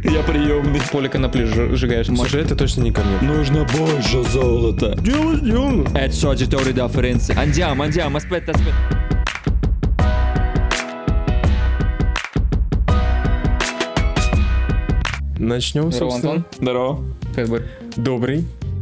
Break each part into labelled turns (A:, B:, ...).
A: Я приемный.
B: Поле конопли сжигаешь.
C: Слушай, это точно не ко мне.
A: Нужно больше золота.
C: Дело сделано.
B: Это что, аудитория da Ференци? Andiamo, aspetta.
C: Начнем,
B: Здорово,
C: собственно.
B: Антон.
A: Здорово.
B: Фэдбор.
C: Добрый.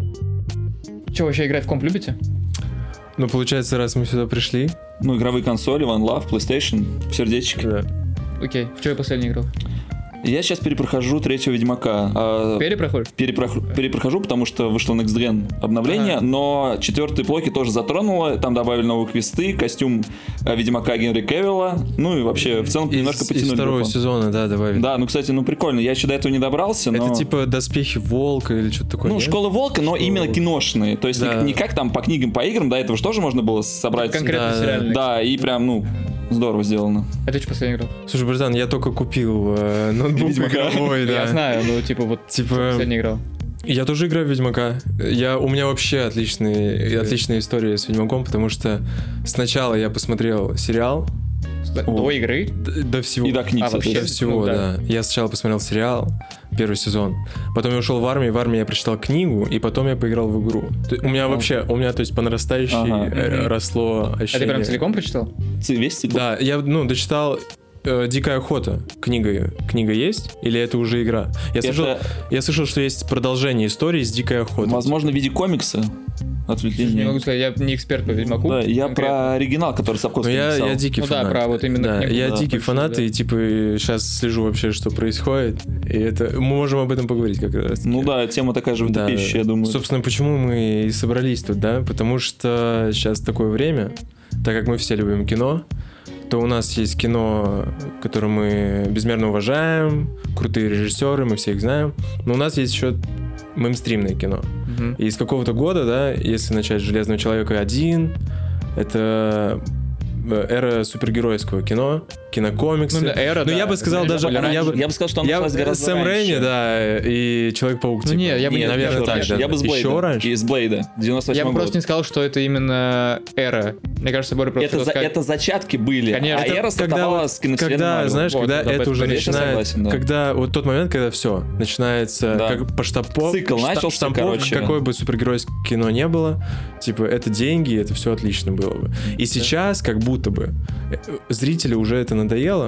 B: Че, вообще играть в комп любите?
C: Ну, получается, раз мы сюда пришли.
A: Ну, игровые консоли, One Love, PlayStation, сердечки.
C: Да.
B: Окей. В что я последний играл?
A: Я сейчас перепрохожу третьего Ведьмака.
B: Перепроходишь?
A: Перепрохожу, потому что вышло Next Gen обновление, но четвертый Плоки тоже затронуло, там добавили новые квесты, костюм Ведьмака Генри Кевилла, ну и вообще в целом немножко потянули.
C: Из второго
A: графон.
C: сезона, да, добавили.
A: Да, ну, кстати, ну прикольно, я еще до этого не добрался, но...
C: Это типа доспехи волка или что-то такое,
A: Ну,
C: нет?
A: Школа Волка, но именно киношные, то есть
C: Да.
A: не как там по книгам, по играм, до этого же тоже можно было собрать.
B: Конкретно
C: Да,
B: сериальный.
A: Да, и прям, ну, здорово сделано.
B: А ты что последний играл?
C: Слушай, братан, я только купил ноутбук
A: Ведьмака.
C: игровой, да.
B: Я знаю, ну типа вот
C: Типа-
B: последний играл.
C: Я тоже играю в Ведьмака. У меня вообще отличная история с Ведьмаком, потому что сначала я посмотрел сериал
B: До игры?
C: до всего.
A: И до книг,
B: А, вообще?
C: До всего,
B: Ну,
C: да. Я сначала посмотрел сериал, первый сезон. Потом я ушел в армию я прочитал книгу, и потом я поиграл в игру. У меня, то есть, по нарастающей
A: Ага.
C: росло
B: А ты
C: ощущение.
B: прям целиком прочитал?
A: Весь цикл?
C: Да, я, дочитал «Дикая охота». Книга есть? Или это уже игра? Я слышал, что есть продолжение истории с «Дикой охотой».
A: Возможно, в виде комикса.
B: Не
A: Отвлечение.
B: могу сказать, я не эксперт по Ведьмаку.
A: Да, я
B: конкретно.
A: про оригинал, который Сапковский
C: Ну,
A: написал.
C: я дикий
B: Ну да,
C: фанат.
B: про вот именно
C: Да,
B: книгу,
C: я
B: да,
C: дикий
B: точно,
C: фанат,
B: да.
C: и типа сейчас слежу вообще, что происходит. И это мы можем об этом поговорить как раз.
A: Ну да, тема такая же вдохновляющая, я думаю.
C: Собственно, почему мы и собрались тут, да? Потому что сейчас такое время, так как мы все любим кино, то у нас есть кино, которое мы безмерно уважаем, крутые режиссеры, мы все их знаем, но у нас есть еще мейнстримное кино.
B: Мгм.
C: И с какого-то года, да, если начать «Железного человека 1», это эра супергеройского кино, кинокомиксы.
B: Ну, да, эра,
C: Ну,
B: да.
C: я бы сказал
B: Это
C: даже...
B: более
C: Я
B: раньше.
A: Я бы сказал, что она началась гораздо
C: Сэм
A: раньше.
C: Рэйми, да, и Человек-паук,
B: Ну,
C: типа.
B: не, я бы не-
C: наверное,
A: еще
C: так,
A: раньше.
C: да.
A: Я бы с Блейда.
C: Еще раньше?
A: Из Блейда, 98
B: Я бы
A: год.
B: просто не сказал, что это именно эра. Мне кажется, Боря просто хотел сказать-
A: Это зачатки были,
B: Конечно.
A: а
B: Это
A: эра стартовала с киновселенной
C: когда,
A: Марвел.
C: знаешь,
B: Вот,
C: когда
B: да,
C: это уже
A: я
C: начинает,
A: согласен, да.
C: когда вот тот момент, когда все начинается,
A: Да.
C: как по
A: Цикл начался,
C: штамповка,
A: короче.
C: какое бы супергеройское кино не было, типа это деньги, это все отлично было бы. И сейчас, как будто бы зрителю уже это надоело,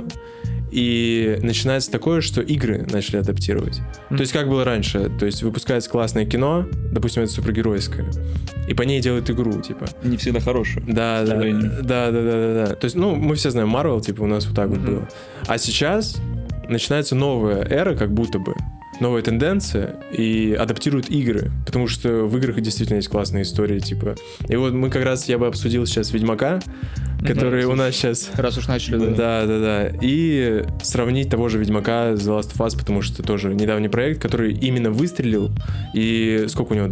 C: и начинается такое, что игры начали адаптировать. То есть как было раньше, то есть выпускается классное кино, допустим, это супергеройское, и по ней делают игру, типа.
A: Не всегда хорошую.
C: Да.
A: К сожалению.
C: Да. То есть, ну, мы все знаем Marvel, типа, у нас вот так вот
B: Мгм.
C: было. А сейчас начинается новая эра, как будто бы. Новая тенденция, и адаптируют игры. Потому что в играх действительно есть классные истории, типа. И вот мы как раз, я бы обсудил сейчас Ведьмака, который у нас сейчас...
B: Раз уж начали, да.
C: Да. И сравнить того же Ведьмака с The Last of Us, потому что тоже недавний проект, который именно выстрелил. И сколько у него?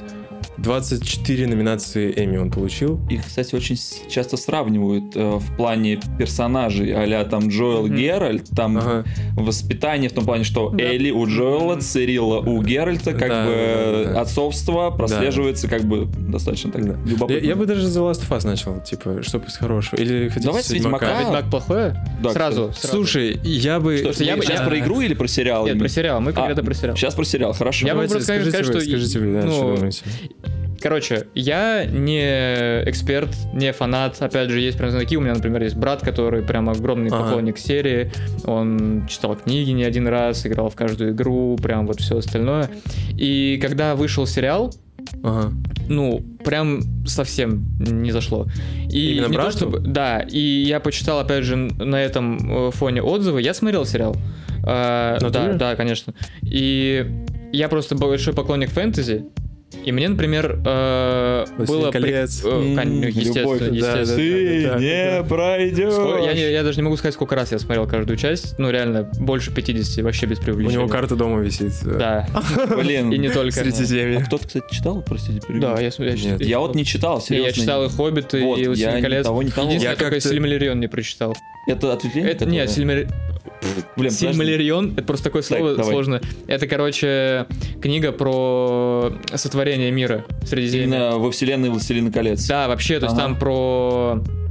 C: 24 номинации Эмми он получил.
A: Их, кстати, очень часто сравнивают в плане персонажей, а-ля там Джоэл
B: Мгм.
A: Геральт, там
C: Ага.
A: воспитание в том плане, что
B: Да.
A: Элли у Джоэла, Цирилла у Геральта, как
C: Да,
A: бы
C: да.
A: отцовство прослеживается как бы достаточно так
C: Да.
A: любопытно.
C: Я бы даже The Last of Us начал, типа, чтобы с хорошего. Или хотите
A: Давай с Ведьмака.
B: А Ведьмак плохое?
A: Да,
B: Сразу.
C: Слушай, я бы...
A: Что,
B: я бы-
A: сейчас
B: я-
A: про игру или про сериал?
B: Нет,
A: именно?
B: про сериал. Мы конкретно про сериал.
A: Сейчас про сериал, хорошо.
B: Я бы
C: Давайте,
B: просто сказать, что...
C: скажите вы, да,
B: ну,
C: что думаете.
B: Короче, я не эксперт, не фанат. Опять же, есть прям знаки. У меня, например, есть брат, который прям огромный
C: Ага.
B: поклонник серии. Он читал книги не один раз, играл в каждую игру, прям вот все остальное. И когда вышел сериал,
C: Ага.
B: ну, прям совсем не зашло. И
C: Именно
B: не то,
C: брату?
B: чтобы... Да, и я почитал, опять же, на этом фоне отзывы. Я смотрел сериал.
C: Натуре?
B: Да, конечно. И я просто большой поклонник фэнтези. И мне, например, было...
C: колец».
B: Естественно,
A: Любовь,
B: естественно.
A: Ты
C: да,
A: не пройдешь.
B: Я даже не могу сказать, сколько раз я смотрел каждую часть. Ну, реально, больше 50, вообще без
C: У
B: преувеличения.
C: него карта дома висит.
B: Да,
A: Блин.
B: и не только.
C: Средиземье.
A: А кто-то, кстати, читал? Простите, перебил.
B: Да,
C: Нет.
A: Я вот не читал, серьезно.
B: Я читал и «Хоббиты»,
A: Вот,
B: и «Властелин
A: я ни
B: колец».
A: того, ни того.
B: Единственное,
C: Я
B: только
C: как-то-
B: «Сильмариллион» не прочитал.
A: Это ответвление?
B: Это, нет,
A: Блин, подожди.
B: Сильмариллион, это просто такое слово
A: давай.
B: сложное. Это, короче, книга про сотворение мира Средиземья.
A: Именно во вселенной «Властелина колец».
B: Да, вообще, то есть
A: Ага.
B: там про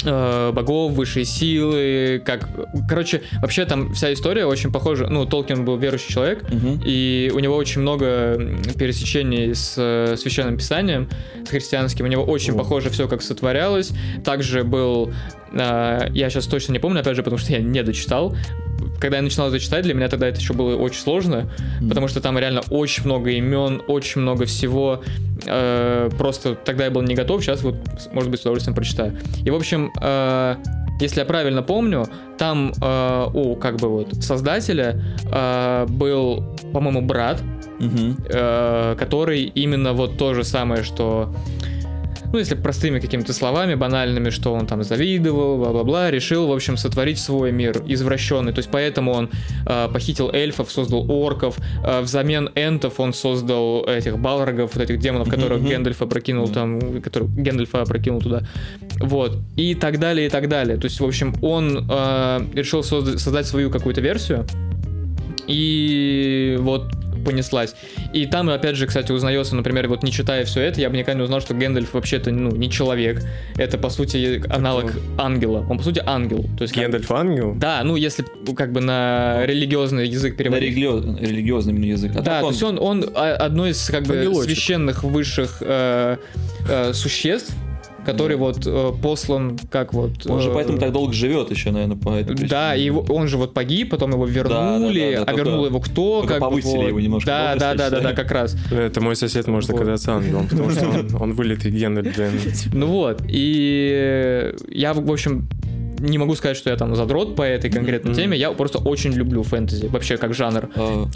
B: богов, высшие силы, как... Короче, вообще там вся история очень похожа. Ну, Толкин был верующий человек, и у него очень много пересечений с Священным Писанием, с христианским. У него очень похоже все, как сотворялось. Также был... я сейчас точно не помню, опять же, потому что я не дочитал. Когда я начинал это читать, для меня тогда это еще было очень сложно, потому что там реально очень много имен, очень много всего. Просто тогда я был не готов, сейчас вот, может быть, с удовольствием прочитаю. И, в общем, если я правильно помню, там у как бы вот создателя был, по-моему, брат, который именно вот то же самое, что... Ну, если простыми какими-то словами, банальными, что он там завидовал, бла-бла-бла, решил, в общем, сотворить свой мир извращенный. То есть поэтому он похитил эльфов, создал орков, взамен энтов он создал этих балрогов, вот этих демонов, которых Гэндальфа опрокинул там, которых Гэндальфа опрокинул туда. Вот. И так далее, и так далее. То есть, в общем, он решил создать свою какую-то версию, и вот понеслась. И там, опять же, кстати, узнается, например, вот не читая все это, я бы никогда не узнал, что Гэндальф вообще-то, ну, не человек. Это, по сути, аналог ангела. Он, по сути, ангел. То есть,
C: Гэндальф ангел?
B: Да, ну, если как бы на религиозный язык переводить.
A: На религиозный именно язык.
B: Да, то есть он одно из, как бы, священных высших существ, который вот послан как вот...
A: Он же поэтому так долго живет еще, наверное, по этой причине.
B: Да, и он же вот погиб, потом его вернули,
A: да,
B: вернул его кто?
A: Как повысили
B: вот.
A: его немножко.
B: Да, как раз.
C: Это мой сосед может оказаться ангелом, потому что он вылитый Гэндальф.
B: Ну вот, и я, в общем... Не могу сказать, что я там задрот по этой конкретной теме, я просто очень люблю фэнтези, вообще как жанр.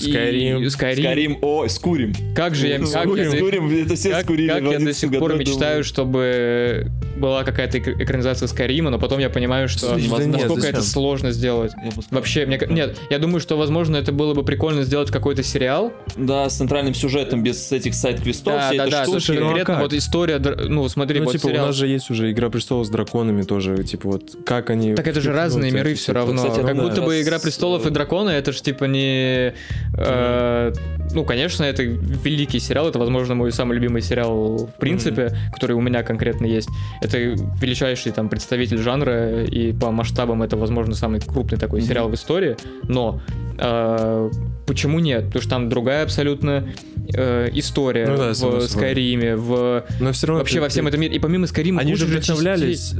C: Скайрим.
A: Скурим.
B: Как же я...
A: Скурим, это все скурили.
B: Как я до сих пор мечтаю, чтобы была какая-то экранизация Скайрима, но потом я понимаю, что насколько это сложно сделать. Вообще, нет, я думаю, что, возможно, это было бы прикольно сделать какой-то сериал.
A: Да, с центральным сюжетом, без этих сайд-квестов.
B: Да, слушай, конкретно вот история, ну смотри, вот
C: типа у нас же есть уже Игра престолов с драконами тоже, типа вот как они...
B: Так это же разные миры все равно.
A: Кстати,
B: как будто бы Игра престолов и драконы, это же типа не... ну, конечно, это великий сериал, это, возможно, мой самый любимый сериал в принципе, который у меня конкретно есть. Это величайший там представитель жанра, и по масштабам это, возможно, самый крупный такой сериал в истории, но почему нет? Потому что там другая абсолютно история в Скайриме,
C: но все равно
B: вообще во всем этом мире. И помимо Скайрима...
C: Они же вдохновлялись,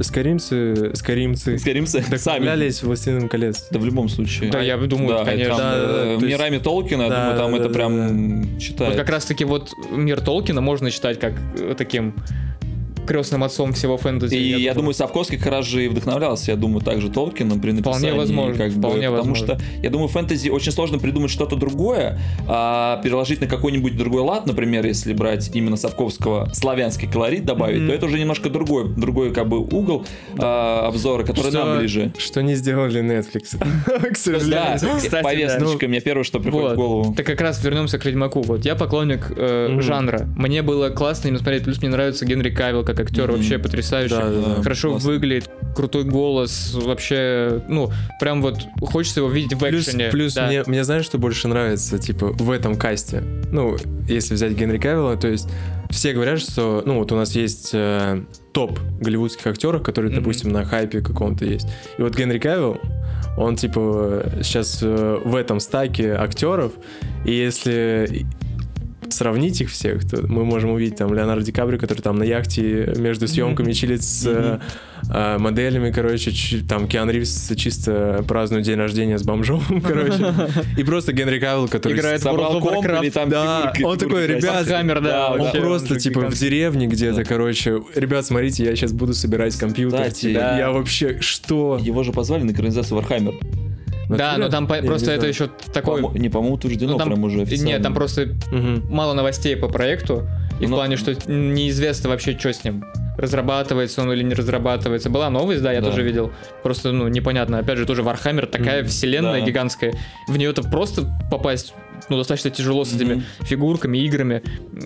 C: скаримцы вдохновлялись «Властелином колец».
A: Да в любом случае.
B: Да, я думаю, конечно.
A: Мирами Толкина, думаю, там это прям читается.
B: Вот как раз-таки вот мир Толкина можно читать как таким крестным отцом всего фэнтези.
A: И я думаю, Сапковский как раз же и вдохновлялся, я думаю, также Толкином при написании.
B: Вполне возможно,
A: потому что, я думаю, фэнтези очень сложно придумать что-то другое, а переложить на какой-нибудь другой лад, например, если брать именно Сапковского славянский колорит добавить, то это уже немножко другой как бы угол обзора, который нам ближе.
C: Что не сделали Netflix, к сожалению.
A: Да, повесточка, мне первое, что приходит в голову.
B: Так как раз вернемся к Ведьмаку. Вот я поклонник жанра. Мне было классно им смотреть, плюс мне нравится Генри Кавилл как актер, вообще потрясающий, хорошо выглядит, крутой голос, вообще, ну, прям вот хочется его видеть в экшене.
C: Плюс мне знаешь, что больше нравится, типа, в этом касте? Ну, если взять Генри Кавилла, то есть все говорят, что, ну, вот у нас есть топ голливудских актеров, которые, допустим, на хайпе каком-то есть. И вот Генри Кавилл, он, типа, сейчас в этом стаке актеров, и если... сравнить их всех, то мы можем увидеть там Леонардо Ди Каприо, который там на яхте между съемками чилит с моделями, короче, там Киану Ривз чисто празднует день рождения с бомжом, короче, и просто Генри Кавилл, который
B: играет в World of Warcraft,
C: да, он такой, ребят,
B: он
C: просто типа в деревне где-то, короче, ребят, смотрите, я сейчас буду собирать компьютер, я вообще, что?
A: Его же позвали на экранизацию Warhammer.
B: Да, но там просто это еще такое...
A: Не, по-моему, утверждено прям уже официально.
B: Нет, там просто мало новостей по проекту, и в плане, что неизвестно вообще, что с ним. Разрабатывается он или не разрабатывается. Была новость, да, я тоже видел. Просто, ну, непонятно. Опять же, тоже Warhammer, такая вселенная гигантская. В нее-то просто попасть, ну, достаточно тяжело с этими фигурками, играми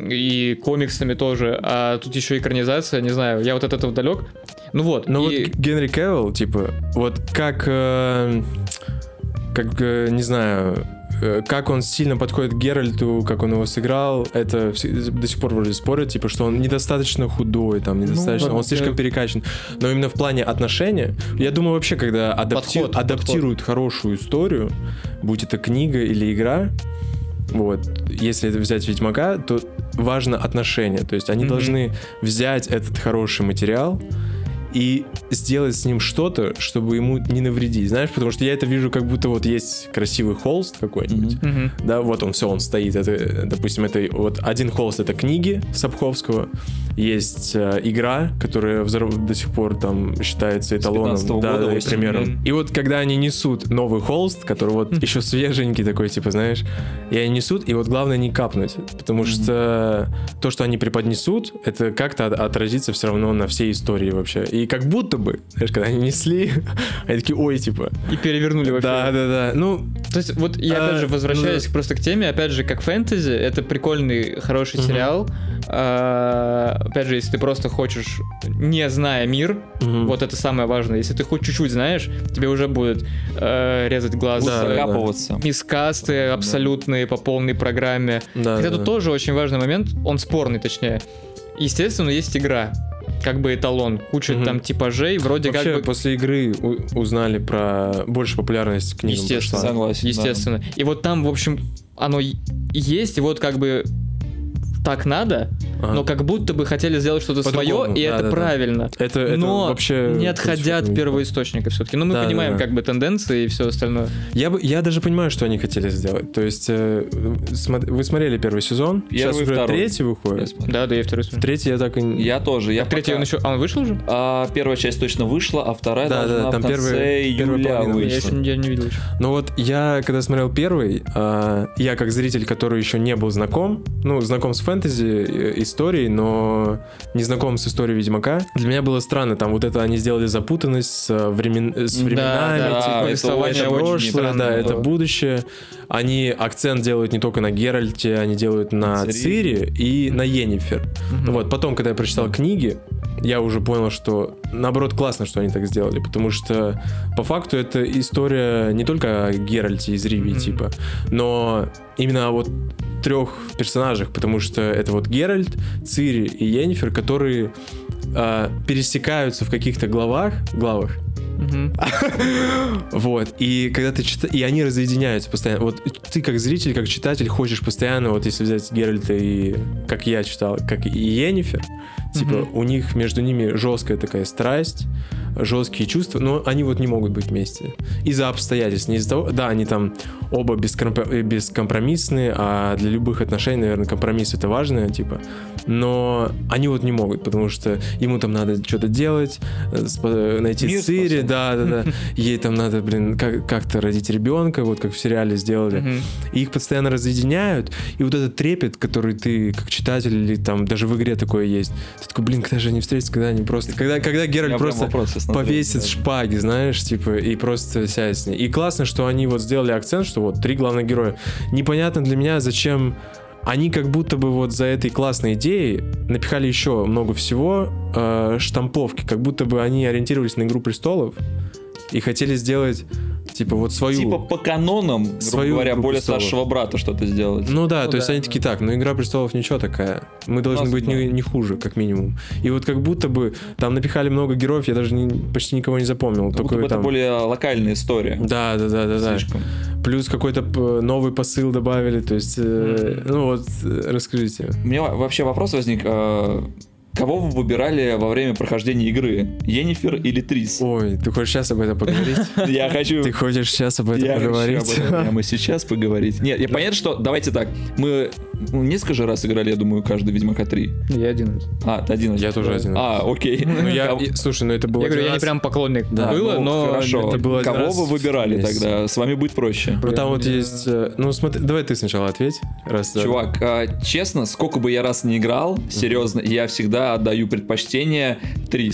B: и комиксами тоже. А тут еще экранизация, не знаю, я вот от этого далек. Ну вот.
C: Ну вот Генри Кавилл, типа, вот как не знаю, как он сильно подходит к Геральту, как он его сыграл, это до сих пор вроде спорят, типа, что он недостаточно худой, там, недостаточно, он слишком перекачан. Но именно в плане отношения, я думаю, вообще, когда адаптируют хорошую историю, будь это книга или игра, вот, если это взять Ведьмака, то важно отношение, то есть они должны взять этот хороший материал и сделать с ним что-то, чтобы ему не навредить, знаешь, потому что я это вижу, как будто вот есть красивый холст какой-нибудь, да, вот он, все, он стоит, это, допустим, это вот один холст, это книги Сапковского, есть игра, которая до сих пор там считается эталоном, да, и примером. И вот когда они несут новый холст, который вот еще свеженький такой, типа, знаешь, и они несут, и вот главное не капнуть, потому что то, что они преподнесут, это как-то отразится все равно на всей истории вообще. И как будто бы, знаешь, когда они несли, они такие, ой, типа...
B: И перевернули вообще.
C: Да. Ну,
B: то есть вот я опять же возвращаюсь просто к теме, опять же, как фэнтези, это прикольный, хороший сериал. Опять же, если ты просто хочешь, не зная мир, вот это самое важное. Если ты хоть чуть-чуть знаешь, тебе уже будет резать глаз.
A: Закапываться.
B: Мискасты абсолютные по полной программе. Хотя тут тоже очень важный момент, он спорный, точнее. Естественно, есть игра. Как бы эталон, куча там типажей, вроде
C: вообще,
B: как бы...
C: после игры узнали про больше популярность книг.
B: Естественно,
A: согласен.
B: Естественно. Да. И вот там, в общем, оно есть, и вот как бы так надо, но как будто бы хотели сделать что-то свое, и это правильно.
C: Это
B: но
C: вообще
B: не отходя от первоисточника все-таки. Ну, мы понимаем как бы тенденции и все остальное.
C: Я даже понимаю, что они хотели сделать. То есть, вы смотрели первый сезон?
A: Сейчас уже
C: третий выходит?
B: Да, я второй смотрю.
C: Третий я так и...
A: Я тоже.
B: Третий он еще... он вышел уже?
A: Первая часть точно вышла, а вторая должна
C: там
A: в конце июля выйти.
B: Я не видел еще.
C: Ну вот, я когда смотрел первый, я как зритель, который еще не был знаком с фэнтези историей, но не знаком с историей Ведьмака, для меня было странно, там вот это они сделали запутанность с временами,
B: типа,
C: это прошлое, это будущее. Они акцент делают не только на Геральте, они делают на Цири и на Йеннифер. Вот, потом, когда я прочитал книги, я уже понял, что наоборот классно, что они так сделали, потому что по факту это история не только о Геральте из Ривии, типа, но именно о вот 3 персонажах, потому что это вот Геральт, Цири и Йеннифер, которые пересекаются в каких-то главах. Вот, и когда ты читаешь, и они разъединяются постоянно. Вот ты как зритель, как читатель хочешь постоянно, вот если взять Геральта и, как я читал, как и Йеннифер, типа у них между ними жесткая такая страсть, жесткие чувства, но они вот не могут быть вместе из-за обстоятельств, не из-за того, да, они там оба бескомпромиссные, а для любых отношений, наверное, компромисс это важно, типа, но они вот не могут, потому что ему там надо что-то делать, найти Цири, да, ей там надо, как-то родить ребенка, вот как в сериале сделали, и их постоянно разъединяют, и вот этот трепет, который ты как читатель или там даже в игре такое есть, ты такой, когда же они встретятся, когда они просто, когда Геральт просто повесит шпаги, знаешь, типа, и просто сядет с ней. И классно, что они вот сделали акцент, что вот 3 главных героя. Непонятно для меня, зачем они как будто бы вот за этой классной идеей напихали еще много всего, штамповки, как будто бы они ориентировались на «Игру престолов» и хотели сделать типа вот свою...
A: Типа по канонам, грубо говоря, более старшего брата что-то сделать.
C: Ну да, то есть они такие, так, «Игра престолов» ничего такая. Мы должны быть не хуже, как минимум. И вот как будто бы там напихали много героев, я даже почти никого не запомнил.
A: Как будто бы это более локальная история.
C: Да. Слишком. Плюс какой-то новый посыл добавили, то есть, ну вот, расскажите.
A: У меня вообще вопрос возник... Кого вы выбирали во время прохождения игры? Йеннифер или Трис?
C: Ой, ты хочешь сейчас об этом поговорить?
A: Я хочу...
C: Ты хочешь сейчас об этом поговорить?
A: Прямо сейчас поговорить. Нет, понятно, что... Давайте так. Мы несколько же раз играли, я думаю, каждый Ведьмака 3.
B: Я 1 раз.
A: Ты 1 раз?
C: Я тоже 1 раз.
A: Окей.
C: Слушай, это было...
B: Я говорю, я не прям поклонник было, но...
A: Хорошо. Кого вы выбирали тогда? С вами будет проще.
C: Ну там вот есть... Ну смотри, давай ты сначала ответь.
A: Чувак, честно, сколько бы я раз не играл, серьезно, я всегда отдаю предпочтение Трис.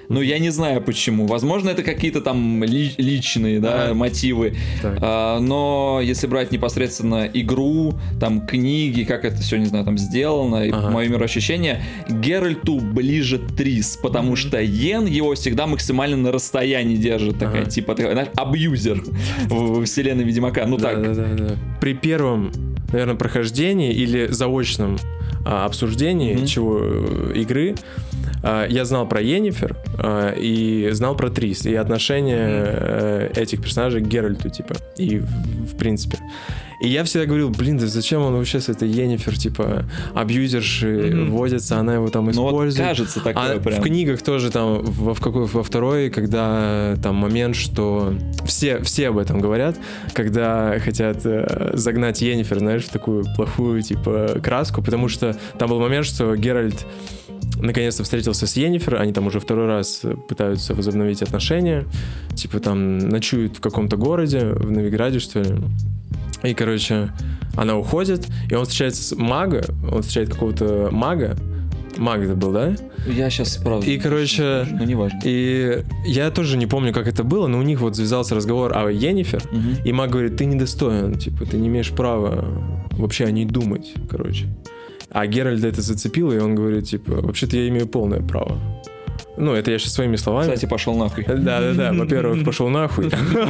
A: но я не знаю почему. Возможно, это какие-то там личные, да, мотивы. Но если брать непосредственно игру, там книги, как это все, не знаю, там сделано, и мое мироощущение, Геральту ближе Трис, потому что Йен его всегда максимально на расстоянии держит, такая, типа, знаешь, абьюзер в вселенной Ведьмака. Ну так.
C: Да. При первом, наверное, прохождении или заочном обсуждении игры я знал про Йеннифер и знал про Трис и отношение этих персонажей к Геральту, типа, и в принципе. И я всегда говорил, блин, да зачем он вообще с этой Йеннифер, типа, абьюзерши водится, она его там использует.
A: Вот кажется такое прям.
C: В книгах тоже там, во второй, когда там момент, что все об этом говорят, когда хотят загнать Йеннифер, знаешь, в такую плохую, типа, краску, потому что там был момент, что Геральт наконец-то встретился с Йеннифер, они там уже второй раз пытаются возобновить отношения, типа там ночуют в каком-то городе, в Новиграде, что ли. И, короче, она уходит, и он встречается с он встречает какого-то мага. Маг это был, да?
A: Я сейчас справлюсь.
C: И, короче,
A: ну, неважно.
C: И я тоже не помню, как это было, но у них вот завязался разговор о Йеннифер, и маг говорит, ты недостоин, типа, ты не имеешь права вообще о ней думать, короче. А Геральда это зацепило, и он говорит, типа, вообще-то я имею полное право. Ну, это я сейчас своими словами.
A: Кстати, пошел нахуй.
C: Да. Во-первых, пошел нахуй.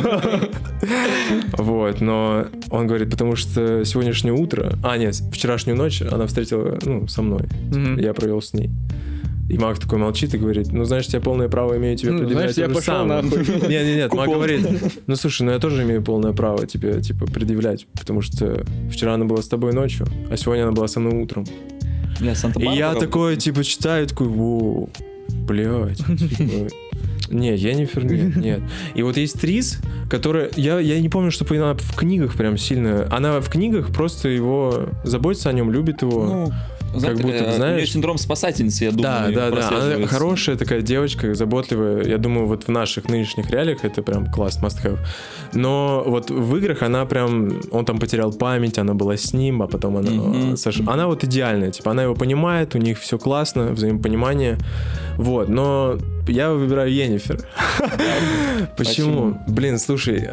C: Вот, но он говорит, потому что сегодняшнее утро... вчерашнюю ночь она встретила, со мной. Я провел с ней. И маг такой молчит и говорит, знаешь, я полное право имею тебе предъявлять то же самое. Нет, маг говорит, слушай, я тоже имею полное право тебе, типа, предъявлять, потому что вчера она была с тобой ночью, а сегодня она была со мной утром. И я такой, типа, читаю, такой, воу, блядь, типа... Не, Йеннифер нет. И вот есть Трис, которая... Я не помню, что она в книгах прям сильно... Она в книгах просто его... заботится о нем, любит его. Как будто, знаешь...
A: У нее синдром спасательницы, я думаю.
C: Да. Она хорошая такая девочка, заботливая. Я думаю, вот в наших нынешних реалиях это прям класс, must have. Но вот в играх она прям... Он там потерял память, она была с ним, а потом она... Она вот идеальная. Типа, она его понимает, у них все классно, взаимопонимание. Вот, но я выбираю Йеннифер. Почему? Блин, слушай...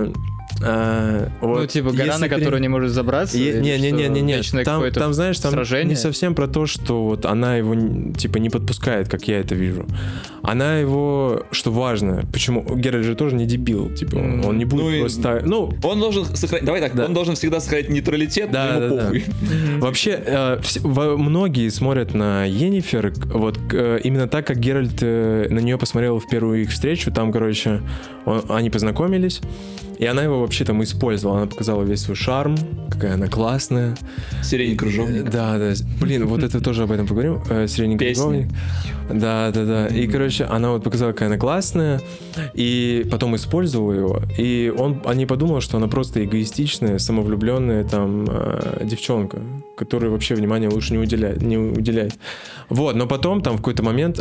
B: гора, на которую не может забраться?
C: Не. Там, знаешь, там не совсем про то, что вот она его, типа, не подпускает, как я это вижу. Она его, что важно, почему? Геральт же тоже не дебил, типа, он не будет просто...
A: Он должен сохранить, давай так, он должен всегда сохранить нейтралитет, но ему похуй.
C: Вообще, многие смотрят на Йеннифер вот именно так, как Геральт на нее посмотрел в первую их встречу, там, короче, они познакомились, и она его вообще там использовала. Она показала весь свой шарм, какая она классная.
A: Сиреневый крыжовник.
C: Да. Блин, вот это тоже об этом поговорим. Сиреневый крыжовник. Да. И, короче, она вот показала, какая она классная, и потом использовала его. И они подумали, что она просто эгоистичная, самовлюбленная там девчонка, которой вообще внимания лучше не уделять. Вот, но потом там в какой-то момент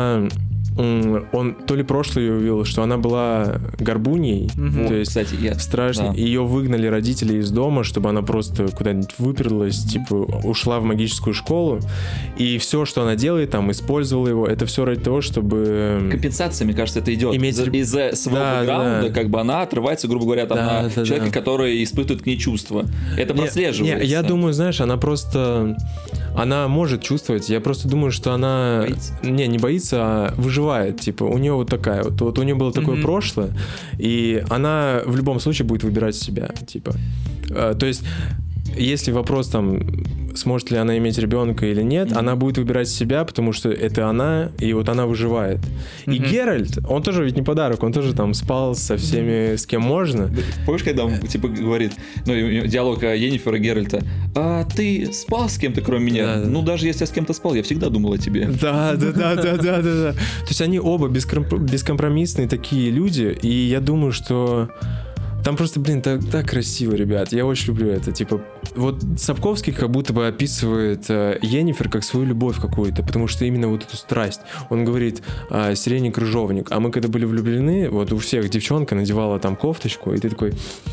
C: он то ли прошлое ее увидел, что она была горбуней, то есть, кстати, страшно. Да. Ее выгнали родители из дома, чтобы она просто куда-нибудь выперлась, типа ушла в магическую школу, и все, что она делает, там, использовала его, это все ради того, чтобы...
A: Компенсация, мне кажется, это идет из-за своего бэкграунда, как бы она отрывается, грубо говоря, там, на человека, который испытывает к ней чувства. Это прослеживается.
C: Я думаю, знаешь, она просто... Она может чувствовать, я просто думаю, что она... Боится? Не боится, а выживает, типа, у нее вот такая вот у нее было такое прошлое, и она в любом случае будет выбирать себя, типа. То есть, если вопрос там, сможет ли она иметь ребенка или нет, она будет выбирать себя, потому что это она, и вот она выживает. И Геральт, он тоже ведь не подарок, он тоже там спал со всеми, с кем можно.
A: Помнишь, когда он, типа, говорит, диалог Йеннифера и Геральта, а ты спал с кем-то, кроме меня? Да. Даже если я с кем-то спал, я всегда думал о тебе.
C: Да. То есть они оба бескомпромиссные такие люди, и я думаю, что Там просто, блин, так красиво, ребят. Я очень люблю это. Типа, вот Сапковский как будто бы описывает Йеннифер как свою любовь какую-то, потому что именно вот эту страсть. Он говорит «сиреневый крыжовник». А мы когда были влюблены, вот у всех девчонка надевала там кофточку, и ты такой,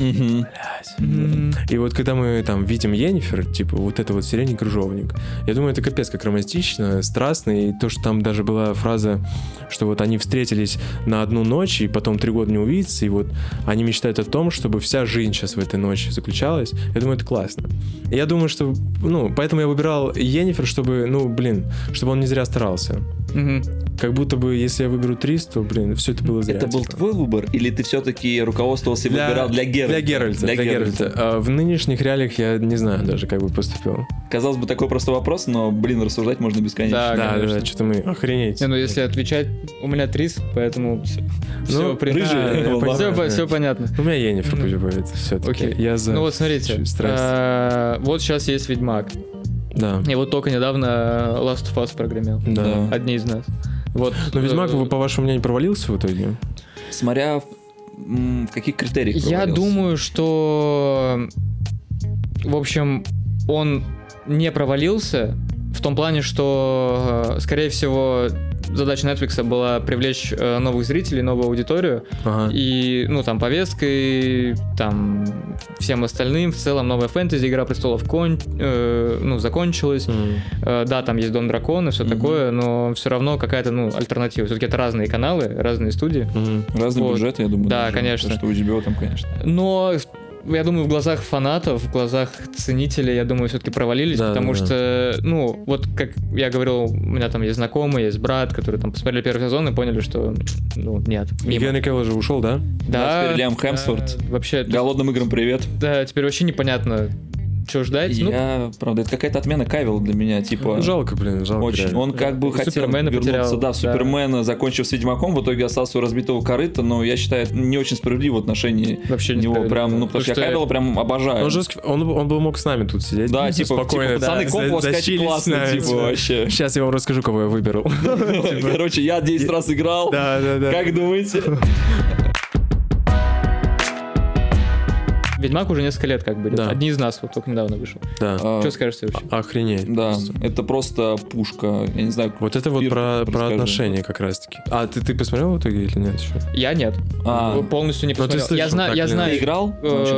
C: блядь. И вот когда мы там видим Йеннифер, типа, вот это вот «сиреневый крыжовник», я думаю, это капец как романтично, страстно, и то, что там даже была фраза, что вот они встретились на одну ночь, и потом 3 года не увидятся, и вот они мечтают о том, чтобы вся жизнь сейчас в этой ночи заключалась. Я думаю, это классно. И я думаю, что, поэтому я выбирал Йеннифер, чтобы, чтобы он не зря старался. Как будто бы, если я выберу Трис, то, все это было зря.
A: Это был твой выбор, или ты все-таки руководствовался и выбирал для Геральта?
C: Для Геральта. В нынешних реалиях я не знаю даже, как бы поступил.
A: Казалось бы, такой простой вопрос, но, рассуждать можно бесконечно.
C: Да, что-то мы охренеть.
B: Если отвечать, у меня Трис, поэтому все понятно.
C: У меня Йеннифер пусть будет, все-таки.
B: Окей.
C: Я за
B: смотрите, вот сейчас есть Ведьмак.
C: Да.
B: И вот только недавно Last of Us прогремел.
C: Да.
B: Одни из нас. Вот.
C: Но Ведьмак, по вашему мнению, провалился в итоге?
A: Смотря в каких критериях
B: Я думаю, что, в общем, он не провалился в том плане, что, скорее всего, задача Netflix была привлечь новых зрителей, новую аудиторию, и, повесткой, всем остальным, в целом, новая фэнтези, Игра престолов закончилась, да, там есть Дом дракона, все такое, но все равно какая-то, альтернатива. Все-таки это разные каналы, разные студии.
A: Разные бюджеты, я думаю.
B: Да,
A: даже,
B: конечно.
A: Что у HBO там, конечно.
B: Но я думаю, в глазах фанатов, в глазах ценителей, я думаю, все-таки провалились, потому что, вот как я говорил, у меня там есть знакомый, есть брат, которые там посмотрели первый сезон и поняли, что, нет.
C: И Генри Кевилл же ушел, да?
A: Да. Теперь Лиам Хемсворт.
B: Вообще.
A: Голодным играм привет.
B: Да, теперь вообще непонятно, что ждать.
A: Правда, это какая-то отмена Кавилла для меня, типа...
C: Жалко.
A: Очень. Он как бы хотел
B: Супермена
A: вернуться,
B: потерял,
A: в Супермена, закончив с Ведьмаком, в итоге остался у разбитого корыта, но я считаю, это не очень справедливо в отношении
B: вообще
A: него. Прям, потому что я Кавилла прям обожаю.
C: Он бы мог с нами тут сидеть.
A: Да,
C: спокойно.
A: Пацаны, коп у вас, кстати, классный, вообще.
C: Сейчас я вам расскажу, кого я выберу.
A: Короче, я 10 раз играл.
C: Да.
A: Как думаете?
B: Ведьмак уже несколько лет как бы.
C: Да.
B: Одни из нас вот только недавно вышел.
C: Да.
B: Что скажете вообще?
C: Охренеть.
A: Да, это просто пушка. Я не знаю.
C: Вот это вот про отношения как раз-таки. А ты посмотрел в итоге или нет еще?
B: Я нет. Полностью не посмотрел.
C: Ты слышал,
B: я знаю.
A: Ты играл?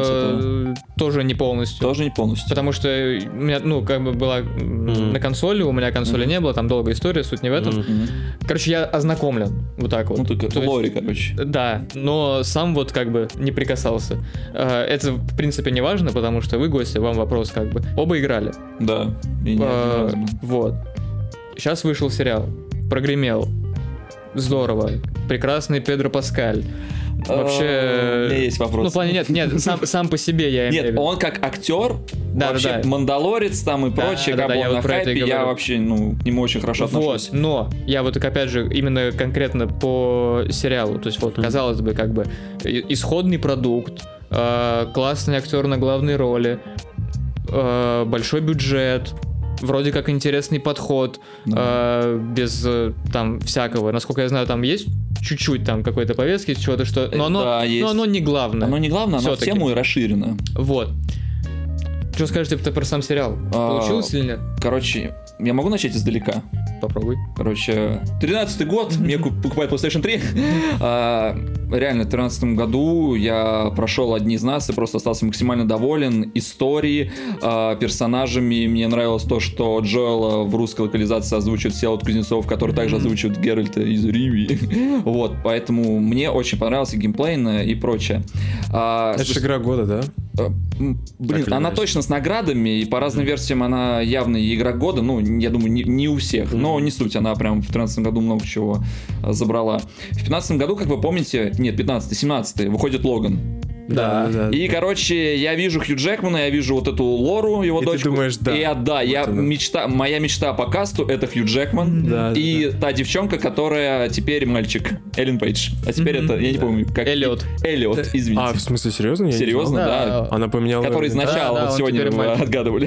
B: Тоже не полностью.
A: Тоже не полностью.
B: Потому что у меня, была на консоли, у меня консоли не было, там долгая история, суть не в этом. Короче, я ознакомлен. Вот так вот.
A: Только в лоре, короче.
B: Да, но сам вот как бы не прикасался. Это в принципе не важно, потому что вы гости, вам вопрос как бы. Оба играли.
A: Да.
B: Вот. Сейчас вышел сериал. Прогремел. Здорово. Прекрасный Педро Паскаль. Вообще...
A: У меня есть вопрос.
B: В плане нет, сам по себе я имею в виду.
A: Нет, он как актер, вообще
B: да.
A: Мандалорец там и прочее, как бы он на хайпе, я вообще, к нему очень хорошо отношусь.
B: Вот, но я вот опять же, именно конкретно по сериалу, то есть вот, казалось бы, как бы, исходный продукт, классный актер на главной роли, большой бюджет, вроде как интересный подход, без там всякого. Насколько я знаю, там есть чуть-чуть там какой-то повестки, чего-то, что... Но оно не главное.
A: Оно не главное, оно в тему и расширено.
B: Вот. Что скажете про сам сериал? Получилось или нет?
A: Короче, я могу начать издалека?
B: Попробуй.
A: Короче, 13-й год, мне покупают PlayStation 3. Реально, в 13 году я прошел «Одни из нас» и просто остался максимально доволен историей, персонажами. Мне нравилось то, что Джоэла в русской локализации озвучивает Всеволод Кузнецов, который также озвучивает Геральта из Ривии. Вот, поэтому мне очень понравился геймплейно и прочее.
C: Это же игра года, да?
A: Блин, она точно с наградами, и по разным версиям она явно игра года, я думаю, не у всех, но не суть, она прям в 13 году много чего забрала. В 15 году, как вы помните, 17-й, выходит Логан.
B: Да.
A: И, короче, я вижу Хью Джекмана, я вижу вот эту Лору, его
C: и
A: дочку.
C: Ты думаешь, да.
A: И моя мечта по касту — это Хью Джекман и та девчонка, которая теперь мальчик, Эллен Пейдж. А теперь это, я не помню, как...
B: Эллиот,
A: извините.
C: А, в смысле, серьезно?
A: Серьезно, да.
C: Она поменяла...
A: Который изначально, вот сегодня вы отгадывали.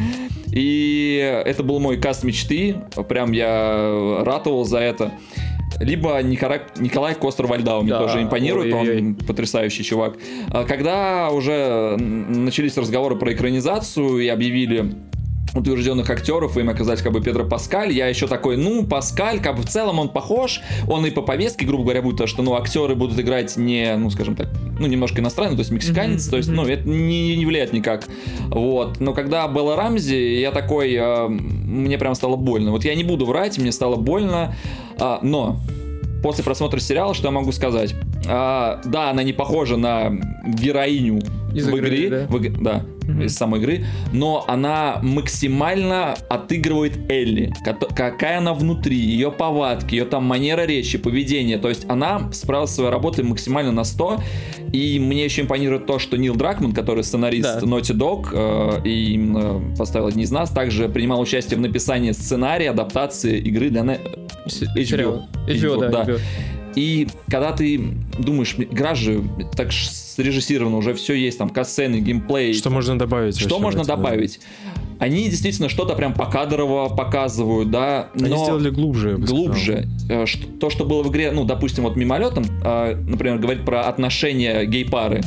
A: И это был мой каст мечты, прям я ратовал за это. Либо Николай Костер-Вальдау мне тоже импонирует, он потрясающий чувак. Когда уже начались разговоры про экранизацию и объявили утвержденных актеров, им оказались как бы Педро Паскаль, я еще такой, Паскаль, как бы в целом он похож, он и по повестке, грубо говоря, будет то, что, актеры будут играть не, скажем так, немножко иностранный, то есть мексиканец, то есть, это не влияет никак, вот, но когда Белла Рамзи, я такой, мне прям стало больно, вот я не буду врать, мне стало больно, но после просмотра сериала, что я могу сказать? Да, она не похожа на героиню
B: из
A: в игре,
B: да?
A: Из самой игры, но она максимально отыгрывает Элли. Какая она внутри, ее повадки, ее там манера речи, поведение. То есть она справилась со своей работой максимально на 100. И мне еще импонирует то, что Нил Дракман, который сценарист Naughty Dog и именно поставил «Одни из нас», также принимал участие в написании сценария, адаптации игры для HBO.
B: HBO.
A: И когда ты думаешь, игра же так срежиссирована, уже все есть, там, катсцены, геймплей.
C: Что можно добавить?
A: Что можно добавить? Они действительно что-то прям покадрово показывают, да.
C: Они сделали глубже.
A: Глубже. То, что было в игре, допустим, вот мимолетом, например, говорить про отношения гей-пары,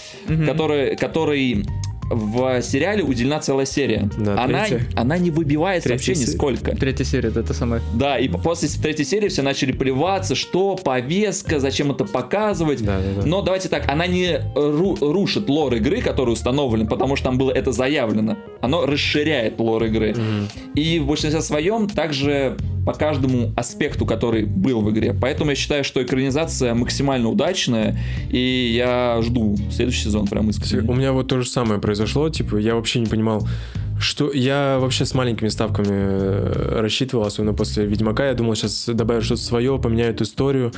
A: который в сериале уделена целая серия.
C: Да,
A: она не выбивается вообще нисколько.
B: 3-я серия, это самое.
A: Да, и после 3-й серии все начали плеваться, что повестка, зачем это показывать.
C: Да.
A: Но давайте так, она не рушит лор игры, который установлен, потому что там было это заявлено. Оно расширяет лор игры. И в большинстве своем также по каждому аспекту, который был в игре. Поэтому я считаю, что экранизация максимально удачная, и я жду следующий сезон прям искренне.
C: У меня вот то же самое произошло, я вообще не понимал, что я вообще с маленькими ставками рассчитывал, особенно после Ведьмака. Я думал, сейчас добавят что-то свое, поменяют историю.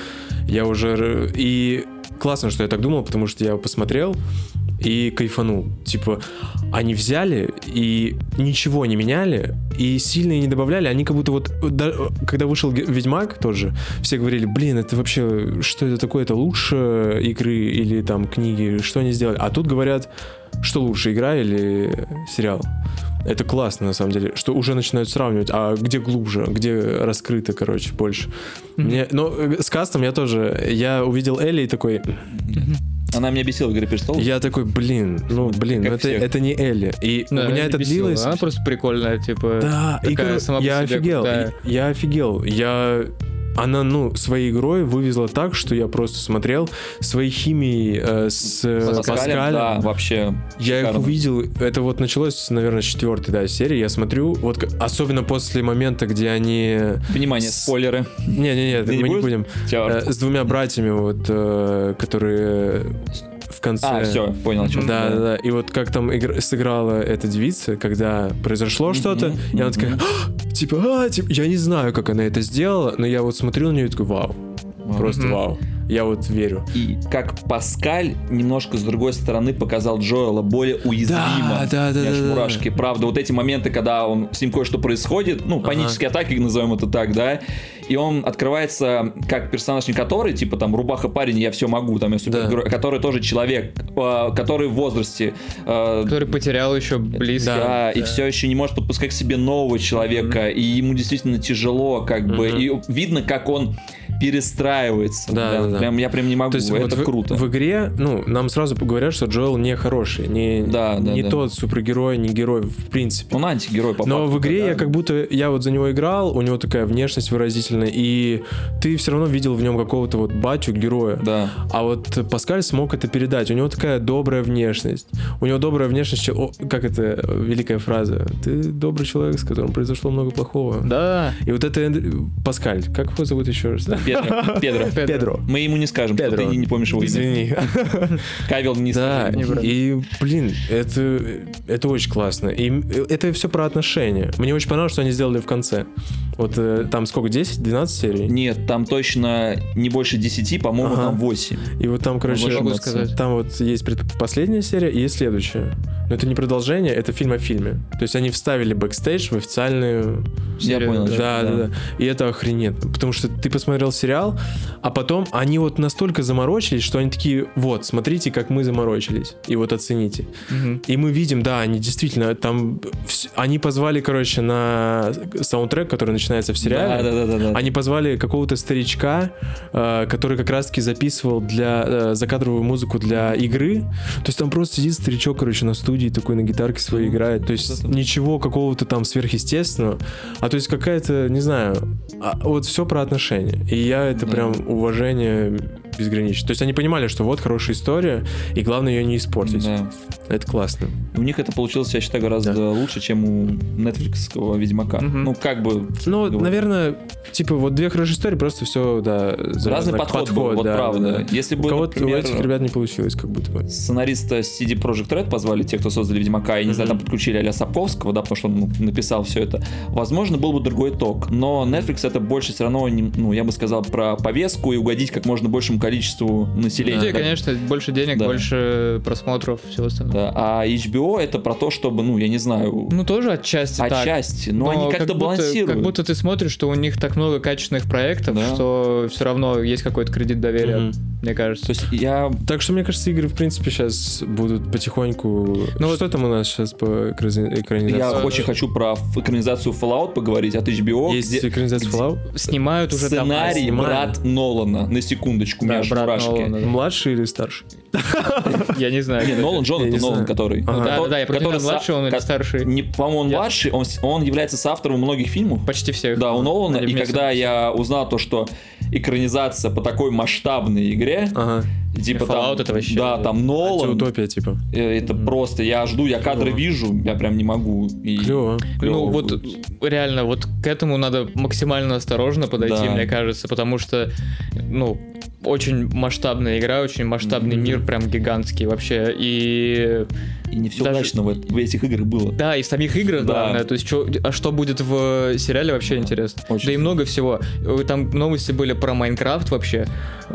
C: И классно, что я так думал, потому что я посмотрел и кайфанул. Они взяли и ничего не меняли, и сильно не добавляли. Они как будто когда вышел Ведьмак тоже, все говорили, это вообще, что это такое, это лучше игры или там книги, что они сделали? А тут говорят, что лучше, игра или сериал. Это классно, на самом деле, что уже начинают сравнивать, а где глубже, где раскрыто, больше. Но с кастом я увидел Элли и такой...
A: Она меня бесила в «Игре престолов».
C: Я такой, это не Элли. И у меня это длилось...
B: Она просто прикольная,
C: Да, я офигел. Она, своей игрой вывезла так, что я просто смотрел своей химией с Паскалем.
A: Да, вообще.
C: Я их увидел, это началось, наверное, с 4-й серии, я смотрю, особенно после момента, где они...
A: Внимание, спойлеры.
C: Не, мы не будем. С двумя братьями, которые... в конце.
A: Все, понял, о чем.
C: Да. И как там сыграла эта девица, когда произошло что-то, и она такая, я не знаю, как она это сделала, но я смотрю на нее и такой, вау. Просто вау. Я верю.
A: И как Паскаль немножко с другой стороны показал Джоэла более уязвимо.
C: Да.
A: Мурашки. Правда, эти моменты, когда с ним кое-что происходит, панические атаки, назовем это так, да, и он открывается как персонаж, не который, рубаха парень, я все могу, я супергерой, который тоже человек, который в возрасте.
B: Который потерял еще близко.
A: Да, и все еще не может подпускать к себе нового человека, и ему действительно тяжело, и видно, как он перестраивается.
C: Да.
A: Я прям не могу.
C: То есть
A: это круто.
C: В игре, нам сразу говорят, что Джоэл не хороший, не тот супергерой, не герой в принципе.
A: Он антигерой по факту.
C: Но в игре я как будто, я за него играл, у него такая внешность выразительная, и ты все равно видел в нем какого-то батю, героя.
A: Да.
C: А Паскаль смог это передать. У него такая добрая внешность. У него добрая внешность, как это великая фраза? Ты добрый человек, с которым произошло много плохого.
B: Да.
C: И это Паскаль. Как его зовут еще раз?
A: Педро. Мы ему не скажем, что ты не помнишь его имя.
C: Извини.
A: Кавил не
C: скажет. Да, и, это очень классно. И это все про отношения. Мне очень понравилось, что они сделали в конце. Там сколько, 10-12 серий?
A: Нет, там точно не больше 10, по-моему, там 8.
C: И там, там есть последняя серия и есть следующая. Но это не продолжение, это фильм о фильме. То есть они вставили бэкстейдж в официальную...
A: Я понял.
C: Да. И это охрененно. Потому что ты посмотрел сериал, а потом они вот настолько заморочились, что они такие, вот, смотрите, как мы заморочились. И вот оцените. И мы видим, да, они действительно там... Они позвали, короче, на саундтрек, который начинается в сериале.
A: Да.
C: Они позвали какого-то старичка, который как раз-таки записывал для закадровую музыку для игры. То есть там просто сидит старичок, короче, на студии такой на гитарке своей играет. То есть ничего какого-то там сверхъестественного. А то есть какая-то, не знаю, вот все про отношения. И я это прям уважение безграничное. То есть они понимали, что вот хорошая история, и главное ее не испортить.
A: Да.
C: Это классно.
A: У них это получилось, я считаю, гораздо лучше, чем у Netflix-ского Ведьмака. Ну, как бы...
C: Ну, наверное, типа, вот две хорошие истории, просто все, да...
A: Разный подход был, вот
C: да,
A: правда.
C: Да.
A: Если бы,
C: у кого-то
A: например,
C: у этих ребят не получилось, как будто бы.
A: Сценариста CD Projekt Red позвали, те, кто создали Ведьмака, и, не знаю, там подключили а-ля Сапковского, да, потому что он написал все это. Возможно, был бы другой ток. Но Netflix это больше все равно, ну, я бы сказал, про повестку и угодить как можно большему количеству населения.
B: Людей, конечно, больше денег, больше просмотров, всего остального.
A: Да. А HBO это про то, чтобы, ну, я не знаю...
B: Ну, тоже отчасти так.
A: Отчасти, но они как-то балансируют.
B: Как будто ты смотришь, что у них так много качественных проектов, что все равно есть какой-то кредит доверия, мне кажется.
A: То есть я...
C: Так что, мне кажется, игры, в принципе, сейчас будут потихоньку... Ну, что там у нас сейчас по экранизации?
A: Я очень хочу про экранизацию Fallout поговорить от HBO.
C: Есть экранизация Fallout?
B: Снимают уже давно.
A: Сценарий брат Нолана. На секундочку, у меня аж мурашки.
C: Младший или старший?
B: Я не знаю.
A: Нет, Нолан, Джонатан Нолан, который...
B: Да, я про младший, он или старший.
A: По-моему, он младший, он является соавтором многих фильмов.
B: Почти всех.
A: Да, у Нолана. И когда я узнал то, что экранизация по такой масштабной игре, типа
B: Fallout
A: там,
B: это вообще...
A: Да, там Нолан.
C: Утопия, типа.
A: Это просто, я жду, я кадры вижу, я прям не могу.
C: Клево.
B: Ну, вот реально, вот к этому надо максимально осторожно подойти, мне кажется, потому что, ну, очень масштабная игра, очень масштабный мир, прям гигантский вообще, и
A: не все удачно в этих играх было.
B: Да, и в самих играх, да. То есть, что будет в сериале, вообще интересно.
A: Очень.
B: Да и много всего. Там новости были про Майнкрафт вообще.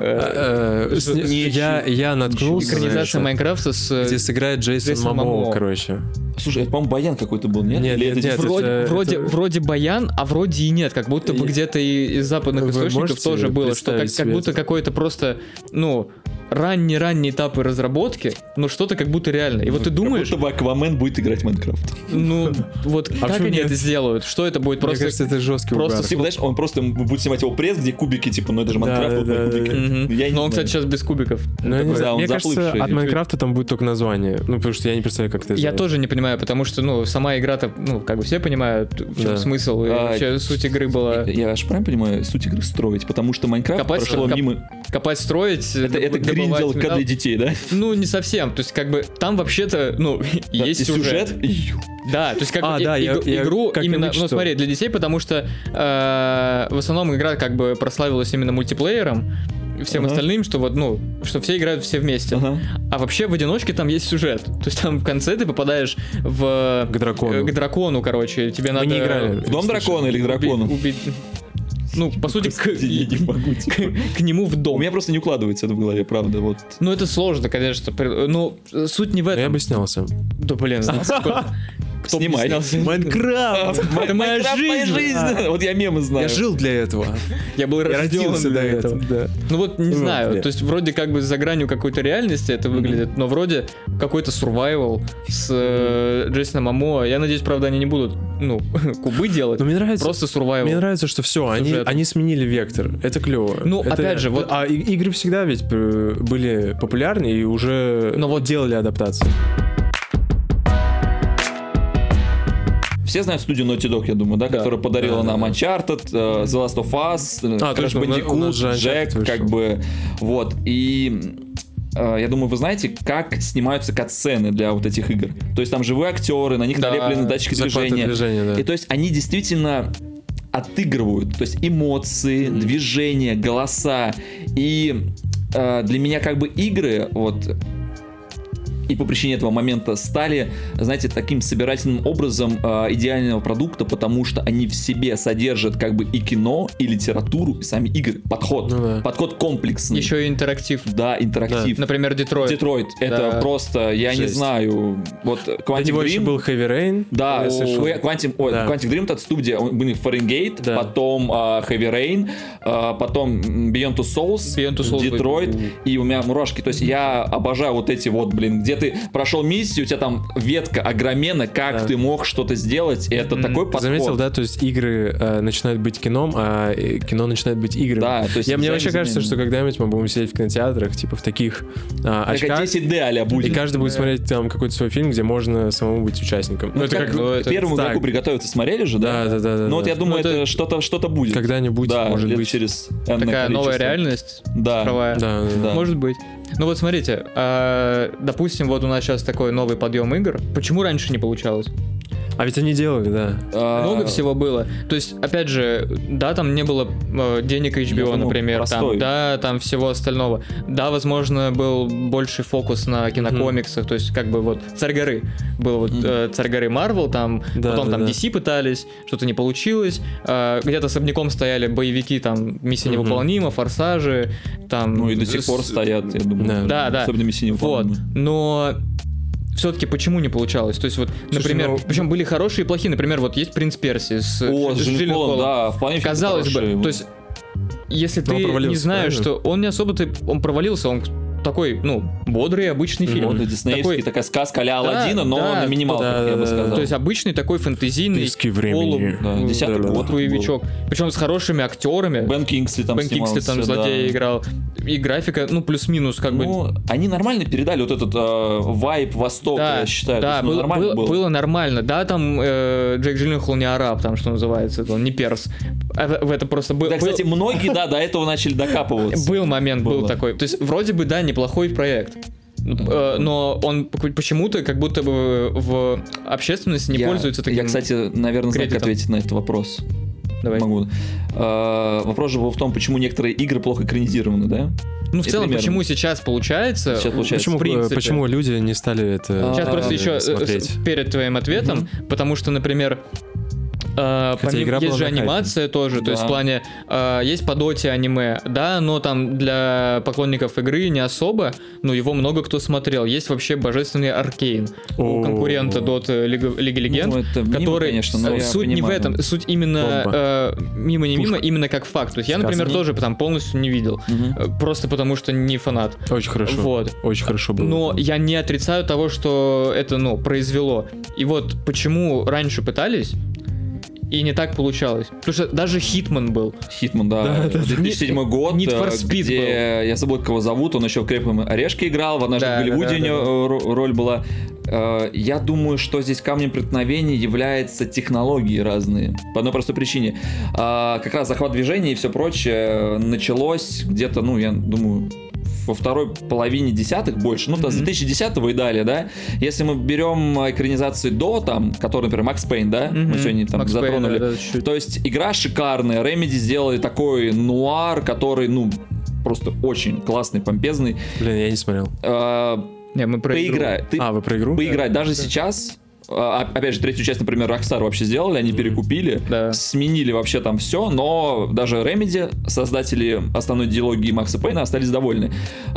C: Я наткнулся.
B: Экранизация Майнкрафта
C: где сыграет Джейсон Момоа, короче.
A: Слушай, это, по-моему, Баян какой-то был, нет?
C: Нет,
B: вроде Баян, а вроде и нет. Как будто бы где-то из западных источников тоже было, что как будто какой-то просто, ну, ранние этапы разработки, но что-то как будто реально. И вот ты думаешь...
A: Как будто бы Аквамен будет играть в Майнкрафт.
B: Ну, вот как они это сделают? Что это будет?
C: Мне кажется, это жесткий угар.
A: Типа, знаешь, он просто будет снимать его пресс, где кубики, типа, ну это же Майнкрафт, кубики.
B: Но он, кстати, сейчас без кубиков.
C: Мне кажется, от Майнкрафта там будет только название. Ну, потому что я не представляю, как это сделать.
B: Я тоже не понимаю, потому что, ну, сама игра-то, ну, как бы все понимают, в чем смысл. И вообще суть игры была...
A: Я аж правильно понимаю, суть игры строить, потому что Майнкрафт прошло мимо...
B: Копать, строить...
A: Это гриндел для детей, да?
B: Ну, не совсем. То есть, как бы, там вообще-то, ну, есть сюжет. Да, то есть, как бы, игру именно, ну, смотри, для детей, потому что в основном игра, как бы, прославилась именно мультиплеером, всем остальным, что вот, ну, что все играют все вместе. А вообще в одиночке там есть сюжет. То есть там в конце ты попадаешь к дракону, короче. Тебе надо...
C: не играли.
A: В дом дракона или к дракону?
B: Убить... Ну, по сути, к нему в дом.
A: У меня просто не укладывается это в голове, правда, вот.
B: Ну, это сложно, конечно. Но суть не в этом.
C: Я бы снялся.
B: Да, блин, кто
A: снимай.
C: Майнкрафт!
B: Это моя жизнь!
A: Вот я мемы знаю.
C: Я жил для этого.
B: Я был родился
C: для этого.
B: Ну вот, не знаю, то есть вроде как бы за гранью какой-то реальности это выглядит, но вроде какой-то survival с Джейсоном Момоа. Я надеюсь, правда, они не будут, ну, кубы делать.
C: Но мне нравится,
B: просто survival.
C: Мне нравится, что все, они сменили вектор. Это клево.
B: Ну, опять же, вот...
C: А игры всегда ведь были популярны и уже делали адаптации.
A: Все знают студию Naughty Dog, я думаю, да, которая подарила нам Uncharted, The Last of Us, Crash Bandicoot, Jack, как бы, вот, и я думаю, вы знаете, как снимаются катсцены для вот этих игр. То есть там живые актеры, на них налеплены датчики движения. И то есть они действительно отыгрывают, то есть эмоции, движения, голоса. И для меня как бы игры, вот... и по причине этого момента стали, знаете, таким собирательным образом идеального продукта, потому что они в себе содержат как бы и кино, и литературу, и сами игры. Подход. Подход комплексный.
B: Еще и интерактив.
A: Да, интерактив.
B: Да. Например, Детройт.
A: Детройт. Это просто, я не знаю, вот Quantic
C: него
A: Dream.
C: еще был Heavy Rain.
A: Да, Quantic Dream, это студия, были Фаренгейт, потом Heavy Rain, потом Beyond Two Souls, Детройт, и у меня мурашки. То есть я обожаю вот эти вот, где ты прошел миссию, у тебя там ветка огромена, как ты мог что-то сделать, и это такой подход.
C: Заметил, да, то есть игры начинают быть кином, а кино начинает быть играми.
A: Да, то есть
C: мне вообще кажется, что когда-нибудь мы будем сидеть в кинотеатрах, типа в таких очках.
A: 10D а-ля будет.
C: И каждый будет смотреть там какой-то свой фильм, где можно самому быть участником.
A: Ну, это как первому игроку приготовиться смотрели же, да?
C: Да.
A: Ну вот я думаю, это что-то будет.
C: Когда-нибудь, может быть.
A: Через
B: такая новая реальность цифровая.
C: Да.
B: Может быть. Ну вот смотрите, допустим, вот у нас сейчас такой новый подъем игр. Почему раньше не получалось?
C: А ведь они делали, да.
B: Много всего было. То есть, опять же, да, там не было денег HBO, например, там всего остального. Да, возможно, был больший фокус на кинокомиксах, то есть, как бы вот Царь горы. Был вот Царь горы Marvel, там, потом там DC пытались, что-то не получилось. Где-то особняком стояли боевики, там, Миссия невыполнима, Форсажи, там...
A: Ну и до сих пор стоят, я думаю.
B: Да.
A: Особенно Миссия невыполнима.
B: Вот, но... Все-таки почему не получалось? То есть вот, например, причем были хорошие и плохие. Например, вот есть «Принц Персии» с
A: Джилленхолом, да, вполне
B: казалось бы, то есть если ты не знаешь, что он не особо-то, он провалился, он такой, бодрый, обычный фильм.
A: Вот диснеевский, такая сказка а-ля Аладдина, но на минималках, я бы сказал.
B: То есть обычный такой фэнтезийный
C: 10-й
B: год боевичок. Причем с хорошими актерами.
A: Бен Кингсли там
B: злодея играл. И графика, плюс-минус как бы...
A: Они нормально передали вот этот вайб Востока, я считаю.
B: Да, было нормально. Да, там Джейк Джилленхол не араб, там, что называется, он не перс. В это просто было...
A: Да, кстати, многие, до этого начали докапываться.
B: Был момент, был такой. То есть, вроде бы, да, неплохой проект. Но он почему-то как будто бы в общественности не пользуется таким...
A: Я, кстати, наверное, знаю, как ответить на этот вопрос.
B: Давай.
A: Могу. Вопрос же был в том, почему некоторые игры плохо экранизированы, да?
B: В целом, почему сейчас получается?
C: Почему люди не стали это
B: сейчас просто еще
C: смотреть?
B: Перед твоим ответом, потому что, например, есть же анимация тоже, то есть в плане есть по доте аниме, да, но там для поклонников игры не особо, но его много кто смотрел. Есть вообще божественный Аркейн у конкурента Dota Лиги Легенд, который, конечно, суть не в этом, суть именно мимо именно как факт. То есть я, например, тоже там полностью не видел, просто потому что не фанат.
C: Очень хорошо.
B: Вот.
C: Очень хорошо было.
B: Но я не отрицаю того, что это, произвело. И вот почему раньше пытались, и не так получалось. Потому что даже Хитман был.
A: Хитман, да. 2007 год,
B: Need for Speed
A: где,
B: был.
A: Я забыл, как его зовут, он еще в «Крепком орешке» играл, в «Однажды в Голливуде» у него роль была. Я думаю, что здесь камнем преткновения являются технологии разные. По одной простой причине. Как раз захват движения и все прочее началось где-то, я думаю, во второй половине десятых больше, с 2010-го и далее, да. Если мы берем экранизации до, который, например, Макс Пейн, да, мы сегодня там Max затронули.
B: Payne,
A: то есть игра шикарная, Remedy сделали такой нуар, который, просто очень классный, помпезный.
C: Блин, я не смотрел.
B: Мы про
A: игру.
C: Вы про игру?
A: Поиграть. Даже сейчас... Опять же, третью часть, например, Rockstar вообще сделали, они перекупили, сменили вообще там все, но даже Remedy, создатели основной диалогии Макса Пейна, остались довольны.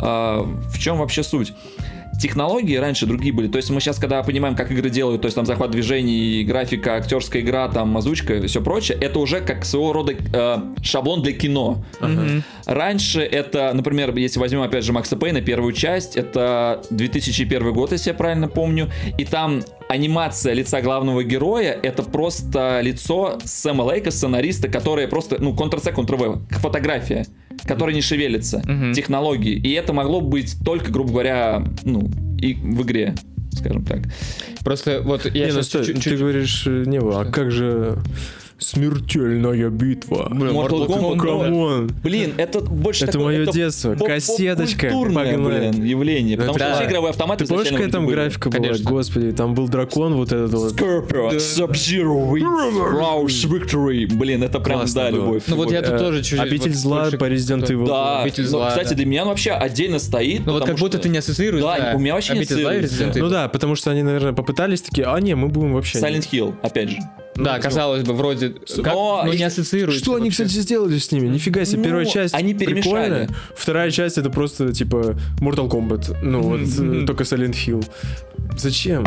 A: В чем вообще суть? Технологии раньше другие были, то есть мы сейчас, когда понимаем, как игры делают, то есть там захват движений, графика, актерская игра, там озвучка и все прочее, это уже как своего рода шаблон для кино. Раньше это, например, если возьмем опять же Макса Пейна, первую часть, это 2001 год, если я правильно помню, и там анимация лица главного героя, это просто лицо Сэма Лейка, сценариста, которое просто, Ctrl-C, Ctrl-V, фотография, которая не шевелится, технологии. И это могло быть только, грубо говоря, и в игре, скажем так.
B: Просто вот я сейчас
C: ты говоришь, а как же Смертельная битва.
A: Mortal Kombat.
C: Камон.
A: Блин, это больше
C: Это
A: такое...
C: мое детство. Кассеточка.
A: Поп-культурное,
C: Погнали.
A: блин, явление. Потому что
B: Да.
A: вообще игровые автоматы
C: Ты помнишь,
A: изначально
C: какая там
A: были.
C: графика была?
B: Конечно.
C: Господи, там был дракон вот этот вот.
A: Scorpio, Sub-Zero, Rouse Victory. Блин, это прям,
C: Классно
A: да,
C: было.
A: любовь.
B: Ну вот я тут тоже чуть-чуть...
C: Обитель
B: вот
C: зла
B: больше
C: по Resident Evil.
A: Да,
B: Обитель
A: ну,
B: зла,
A: кстати,
B: да.
A: для меня он вообще отдельно стоит.
B: Ну вот
A: потому
B: как будто
A: что-
B: ты не ассоциируешь,
A: Да, у меня вообще не
B: Обитель зла и
A: ассоциируется.
B: Resident Evil.
C: Ну да, потому что они, наверное, попытались такие, не, мы будем вообще...
A: Silent Hill, опять же.
B: Да, казалось бы, вроде... Как,
A: Но
B: но не ассоциируется.
C: Что они,
B: вообще.
C: кстати, сделали с ними? Нифига себе,
A: Ну,
C: первая часть
A: они перемешали.
C: прикольная, вторая часть это просто, типа, Mortal Kombat. Ну вот, только Silent Hill. Зачем?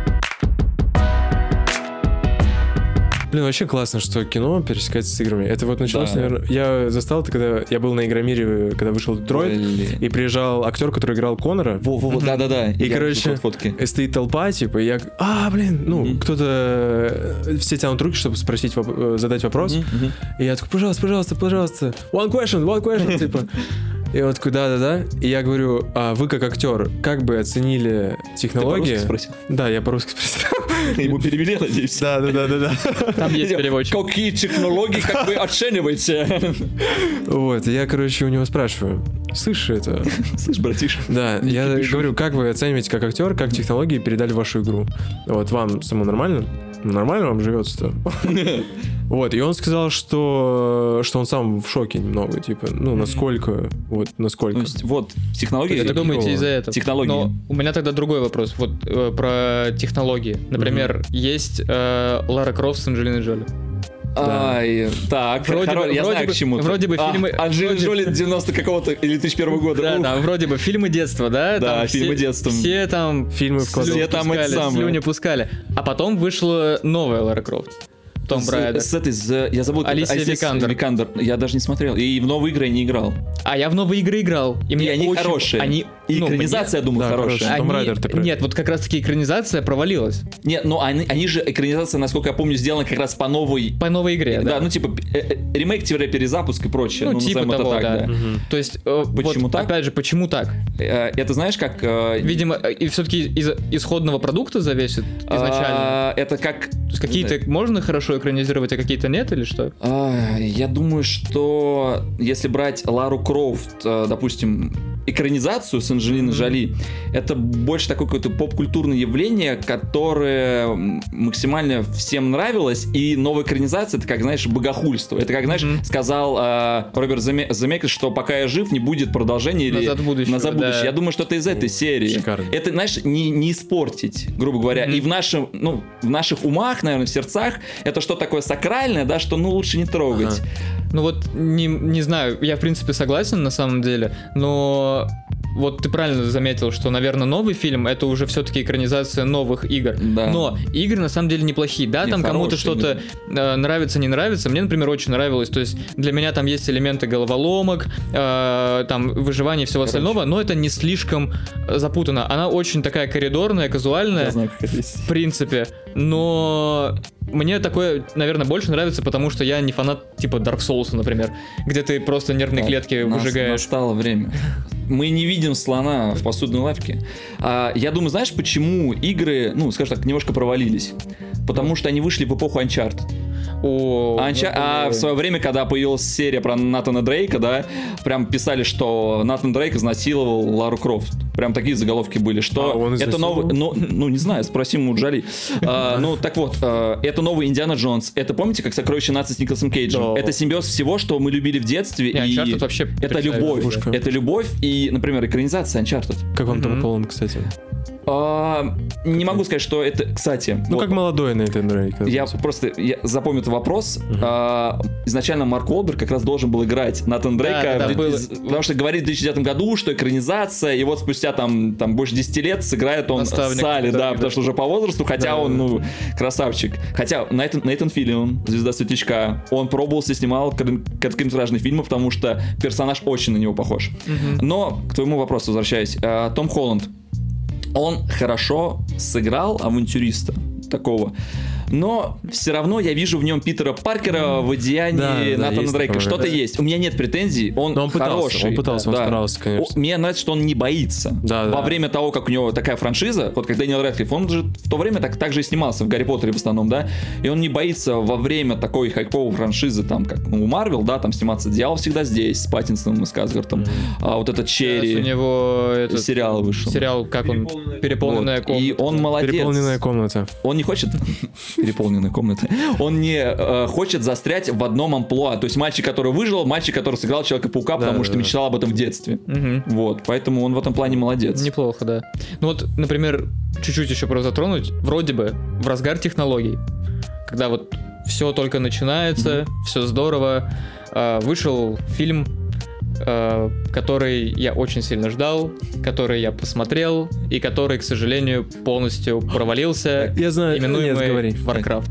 C: Блин, вообще классно, что кино пересекается с играми. Это вот началось,
A: Да.
C: наверное... Я застал это, когда я был на Игромире, когда вышел Детройт,
A: Блин.
C: и приезжал актер, который играл Конора.
A: Во-во-во, да-да-да.
C: И,
A: Я
C: короче,
A: вижу фотки.
C: стоит толпа, типа, и я... блин, ну, кто-то... Все тянут руки, чтобы спросить, задать вопрос.
A: Мгм.
C: И я такой, пожалуйста. One question, типа. И он такой, да. И я говорю, вы как актер, как бы оценили
A: Ты
C: технологии?
A: по-русски спросил?
C: Да, я по-русски спросил.
A: Ему перевели, надеюсь?
C: Да.
B: Там есть переводчик.
A: Какие технологии, как вы оцениваете?
C: Вот, и я, короче, у него спрашиваю, слышь, это...
A: Слышь, братиш.
C: Да, я
A: кипишуй.
C: говорю, как вы оцениваете как актер, как технологии передали в вашу игру? Вот, вам самому нормально? Нормально вам живется-то? Вот, и он сказал, что он сам в шоке немного, типа, насколько.
A: То есть, вот, технологии...
B: Это думаете
C: прикол.
B: из-за этого?
A: Технологии.
B: Но у меня тогда другой вопрос. Вот про технологии. Например, есть Лара Крофт с Анджелиной Джоли.
A: Ай, так, я знаю к чему.
B: Вроде бы фильмы...
A: Анджелина Джоли 90 какого-то или 2001 года.
B: Да,
A: Ух.
B: да, вроде бы фильмы детства, да?
A: Да,
B: там
A: фильмы детства.
B: Все там
C: Фильмы вкладывали.
A: Все там это самое.
B: слюни пускали. А потом вышла новая Лара Крофт. Том Брайдер.
A: Я забыл, как
B: Алисия Викандер.
A: Я даже не смотрел. И в новые игры я не играл.
B: А я в новые игры играл. И мне
A: они
B: очень...
A: хорошие.
B: Они...
A: И
B: ну,
A: экранизация, я думаю,
C: Да,
A: хорошая.
C: хорошая. Том Райдер, ты прав.
B: Нет, вот как раз-таки экранизация провалилась.
A: Нет, но они же, экранизация, насколько я помню, сделана как раз по новой...
B: По новой игре,
A: Да,
B: да.
A: ну типа ремейк-перезапуск и прочее.
B: Ну, типа
A: назовем это
B: того,
A: так,
B: да. То есть,
A: Почему
B: вот,
A: так?
B: опять же, почему так?
A: Это знаешь, как...
B: Видимо, и все-таки из исходного продукта зависит изначально.
A: Это как...
B: То есть какие-то можно хорошо экранизировать, а какие-то нет, или что?
A: Я думаю, что если брать Лару Крофт, допустим, экранизацию с Анджелиной Джоли, это больше такое какое-то поп-культурное явление, которое максимально всем нравилось, и новая экранизация — это, как, знаешь, богохульство. Это, как, знаешь, сказал Роберт Земекис, что пока я жив, не будет продолжения или
B: «Назад в будущее»,
A: «Назад в будущее».
B: да.
A: Я думаю, что это из этой серии.
C: Шикарно.
A: Это, знаешь, не испортить, грубо говоря. И в наших умах, наверное, в сердцах, это что такое сакральное, да, что лучше не трогать.
B: Ну вот, не знаю, я в принципе согласен на самом деле, но вот ты правильно заметил, что, наверное, новый фильм — это уже все-таки экранизация новых игр.
A: Да.
B: Но игры на самом деле неплохие. Да,
A: Не,
B: там кому-то
A: хорошие
B: что-то нравится, не нравится. Мне, например, очень нравилось. То есть для меня там есть элементы головоломок, там выживания и всего остального, но это не слишком запутано. Она очень такая коридорная, казуальная.
A: Я знаю, как это есть.
B: В принципе, но мне такое, наверное, больше нравится, потому что я не фанат типа Dark Souls, например, где ты просто нервные клетки выжигаешь.
A: Настало время. Мы не видим слона в посудной лавке. Я думаю, знаешь, почему игры, скажем так, немножко провалились? Потому что они вышли в эпоху Uncharted. В свое время, когда появилась серия про Натана Дрейка, да, прям писали, что Натан Дрейк изнасиловал Лару Крофт. Прям такие заголовки были, что
C: он
A: это новый... не знаю, спросим у Джоли. Так вот, это новый Индиана Джонс. Это, помните, как «Сокровище нации» с Николасом Кейджем?
B: Да.
A: Это симбиоз всего, что мы любили в детстве.
B: И Uncharted вообще
A: это
B: потрясающая
A: любовь.
C: игра.
A: Это любовь и, например, экранизация Uncharted.
C: Как вам Том Холланд, кстати?
A: Не могу сказать, что это... Кстати...
C: Ну, как молодой Нейтан Дрейк.
A: Я запомню этот вопрос. Изначально Марк Уолберг как раз должен был играть Натан Дрейка,
B: Да, было.
A: потому что говорит в 2009 году, что экранизация, и вот спустя там больше 10 лет сыграет он
B: Наставник,
A: Салли, да,
B: да.
A: потому что уже по возрасту, хотя он, красавчик. Хотя Нейтан Филлион, звезда Светлячка, он пробовался, снимал короткометражные фильмы, потому что персонаж очень на него похож. Но к твоему вопросу возвращаясь, Том Холланд, он хорошо сыграл авантюриста такого. но все равно я вижу в нем Питера Паркера в одеянии Натана Дрейка. Что-то есть. У меня нет претензий, он хороший.
C: Он старался, конечно.
A: Мне нравится, что он не боится. Во время того, как у него такая франшиза, вот как Дэниел Рэдклифф, он же в то время так же и снимался в Гарри Поттере в основном, да, и он не боится во время такой хайповой франшизы, там, как у Марвел, да, там сниматься «Дьявол всегда здесь» с Паттинсоном и Сказгартом, а вот этот Черри.
B: У него
A: сериал вышел.
B: Сериал, как он? Переполненная комната.
A: И он молодец.
C: Переполненная комната.
A: Он не хочет... Переполненная комната. Он не хочет застрять в одном амплуа. То есть мальчик, который выжил, мальчик, который сыграл Человека-паука, потому что мечтал об этом в детстве. Вот, поэтому он в этом плане молодец.
B: Неплохо, да. Ну вот, например, чуть-чуть еще просто затронуть. Вроде бы в разгар технологий, когда вот все только начинается, все здорово, вышел фильм, который я очень сильно ждал, который я посмотрел, и который, к сожалению, полностью провалился.
C: Я знаю,
B: именуемый Warcraft.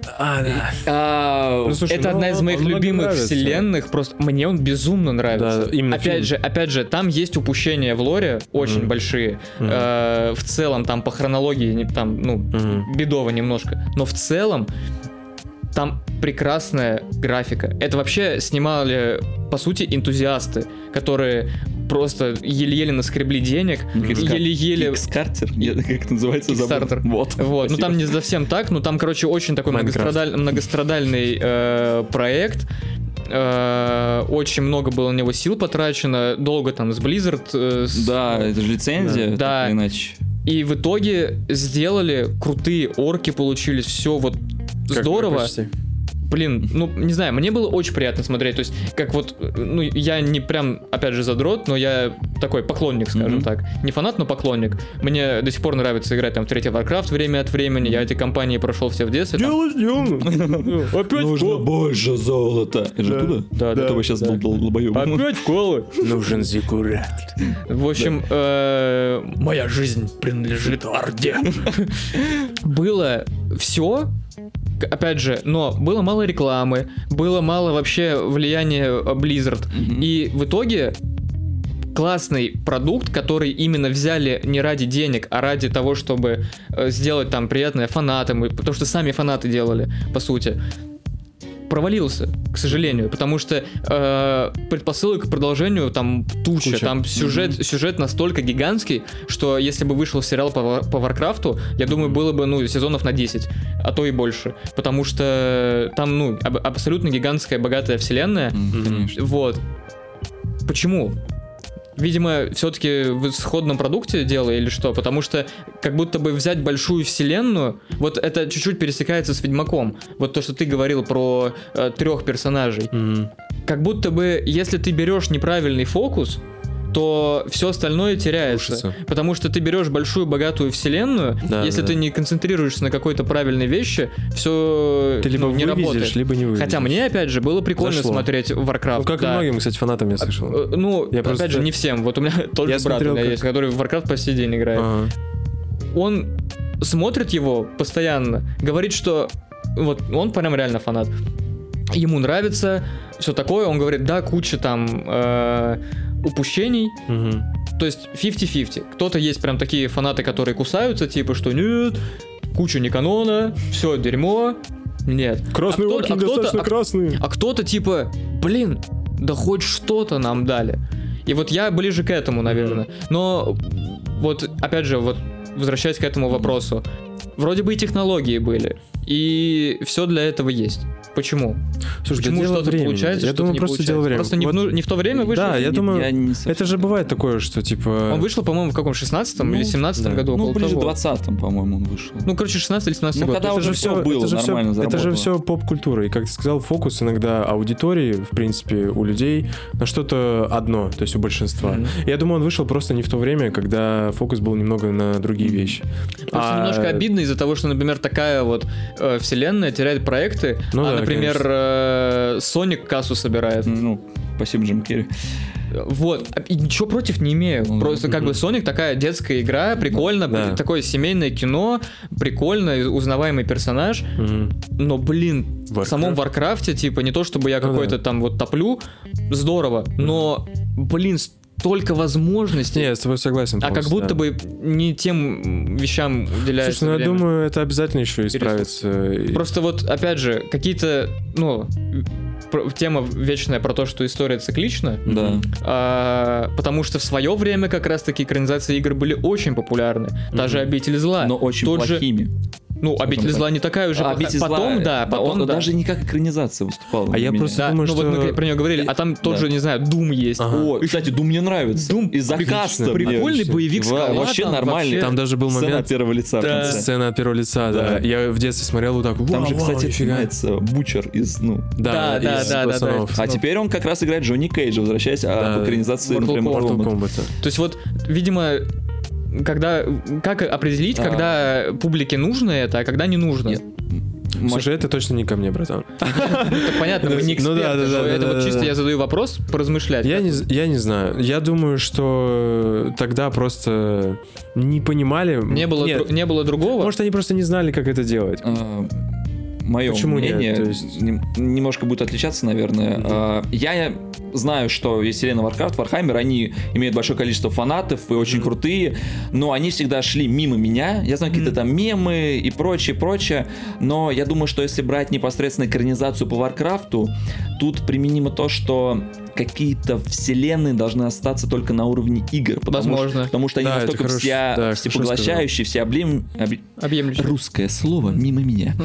C: Слушай,
B: это одна из моих любимых вселенных. Просто мне он безумно нравится.
C: Да,
B: опять же, там есть упущения в лоре очень большие. В целом, там по хронологии, там, бедово немножко. Но в целом там прекрасная графика. Это вообще снимали, по сути, энтузиасты, которые просто еле-еле наскребли денег, еле-еле...
A: Кикстартер? Как это называется?
B: Кикстартер.
A: Вот.
B: Ну там не совсем так, но там, короче, очень такой многострадальный проект. Очень много было на него сил потрачено, долго там с Blizzard...
A: Да, это же лицензия,
B: да.
A: Иначе.
B: И в итоге сделали крутые орки, получились, все вот как здорово. Блин, не знаю, мне было очень приятно смотреть, то есть, как вот, я не прям, опять же, задрот, но я такой поклонник, скажем так. Не фанат, но поклонник. Мне до сих пор нравится играть там в третий Warcraft время от времени, я эти кампании прошел все в детстве.
C: Дело сделано.
B: Опять
A: нужно больше золота. Это же туда?
B: Да.
A: Чтобы сейчас был долбоёб.
B: Опять в колы.
C: Нужен зиккурат.
B: В общем, моя жизнь принадлежит Орде. Было все. Опять же, но было мало рекламы, было мало вообще влияния Blizzard. И в итоге классный продукт, который именно взяли не ради денег, а ради того, чтобы сделать там приятное фанатам, потому что сами фанаты делали, по сути, провалился, к сожалению, потому что предпосылок к продолжению там куча. Там сюжет настолько гигантский, что если бы вышел сериал по Варкрафту, я думаю, было бы, сезонов на 10, а то и больше, потому что там, абсолютно гигантская, богатая вселенная. Вот. Почему? Видимо, все-таки в исходном продукте дело или что? Потому что как будто бы взять большую вселенную, вот это чуть-чуть пересекается с Ведьмаком. Вот то, что ты говорил про 3 персонажей. Как будто бы, если ты берешь неправильный фокус, то все остальное теряется. Рушится. Потому что ты берешь большую богатую вселенную, если ты не концентрируешься на какой-то правильной вещи, все
C: ты либо
B: не работает.
C: Либо не вывезешь.
B: Хотя мне, опять же, было прикольно смотреть Warcraft.
C: Как и многим, кстати, фанатам я слышал.
B: Опять же, не всем. Вот у меня тоже брат есть, который в Warcraft по сей день играет. Он смотрит его постоянно, говорит, что вот он прям реально фанат. Ему нравится, все такое, он говорит, да, куча там упущений, то есть 50-50. Кто-то есть прям такие фанаты, которые кусаются, типа, что нет, куча не канона, все дерьмо, нет.
C: Красные орки достаточно красные.
B: А кто-то типа, блин, да хоть что-то нам дали. И вот я ближе к этому, наверное. Но вот, опять же, вот возвращаясь к этому вопросу, вроде бы и технологии были, и все для этого есть. Почему?
C: Слушай,
B: почему что-то получается,
C: я
B: что-то
C: думаю,
B: не
C: просто
B: получается?
C: дело времени.
B: Просто не в то время вышел?
C: Да, я думаю, это же бывает такое, что типа...
B: Он вышел, по-моему, в каком 16-м или 17-м году?
A: Ближе к 20-м, по-моему, он вышел.
B: 16 или 17 год.
A: Когда уже все было нормально заработало.
C: Это же все поп-культура. И, как ты сказал, фокус иногда аудитории, в принципе, у людей на что-то одно, то есть у большинства. Я думаю, он вышел просто не в то время, когда фокус был немного на другие вещи.
B: Просто немножко обидно из-за того, что, например, такая вот вселенная теряет проекты, например, Sonic кассу собирает.
A: Спасибо, Джим Керри.
B: Вот, и ничего против не имею. Просто как бы Sonic такая детская игра, прикольно, такое семейное кино, прикольно, узнаваемый персонаж. Но, блин, в самом Варкрафте, типа, не то чтобы я какой-то там вот топлю, здорово, но, блин, столько возможностей,
C: Не, я с тобой согласен.
B: а как
C: полностью,
B: будто
C: да.
B: бы не тем вещам уделяется
C: Слушай, ну я
B: время.
C: думаю, это обязательно еще исправится.
B: Просто вот, опять же, какие-то, ну, тема вечная про то, что история циклична,
A: Да.
B: потому что в свое время как раз-таки экранизации игр были очень популярны. Та же «Обитель зла».
A: Но очень
B: Тот же-
A: плохими.
B: Ну, «Обитель зла» не такая уже плохая.
A: «Обитель зла»,
B: Потом, да, потом,
A: он
B: да.
A: даже не как экранизация выступал.
C: А я просто
B: Да,
C: думаю,
B: ну вот
C: что-
B: мы про него говорили, а там тот
A: Да.
B: же, не знаю, Doom есть.
C: Ага.
A: О, кстати, Doom мне нравится.
B: Doom
A: Из-за
C: отлично,
A: каста. мне.
B: Прикольный
C: отлично.
B: боевик с
A: Вообще
B: халатом,
A: нормальный.
B: вообще.
C: Там даже был
A: Сцена
C: момент,
A: от первого лица в
B: Да.
A: конце.
C: сцена от первого лица, да.
A: Да.
C: Я в детстве смотрел вот так.
A: Там
C: вау,
A: же,
C: вау,
A: кстати,
C: нифига.
A: снимается Бучер из, ну...
B: Да, да,
C: из
B: да, да,
C: «Пацанов».
B: да.
A: А теперь он как раз играет Джонни Кейджа, возвращаясь
C: Да.
A: об экранизации,
B: Mortal
A: например,
C: Mortal
A: Mortal Kombat.
C: Kombat.
B: То есть вот, видимо, как определить, когда публике нужно это, а когда не нужно?
A: Нет.
C: Слушай, это точно не ко мне, братан.
B: Так понятно, мы не
C: Ну
B: эксперты.
C: да, да, да,
B: Это
C: да,
B: вот
C: да,
B: чисто
C: да.
B: я задаю вопрос, поразмышлять.
C: Я не знаю. Я думаю, что тогда просто не понимали.
B: Не было,
C: Нет,
B: не было другого?
C: может, они просто не знали, как это делать.
A: Мое
C: Почему нет?
A: мнение
C: То есть-
A: немножко будет отличаться, наверное. Я знаю, что есть вселенная Warcraft, Warhammer, они имеют большое количество фанатов и очень крутые, но они всегда шли мимо меня. Я знаю какие-то там мемы и прочее, но я думаю, что если брать непосредственно экранизацию по Warcraft'у, тут применимо то, что какие-то вселенные должны остаться только на уровне игр.
B: Возможно.
A: Потому что они
C: Да, это
A: настолько
C: хорошо, да,
A: всепоглощающие,
B: Объемлющий.
A: русское слово мимо меня,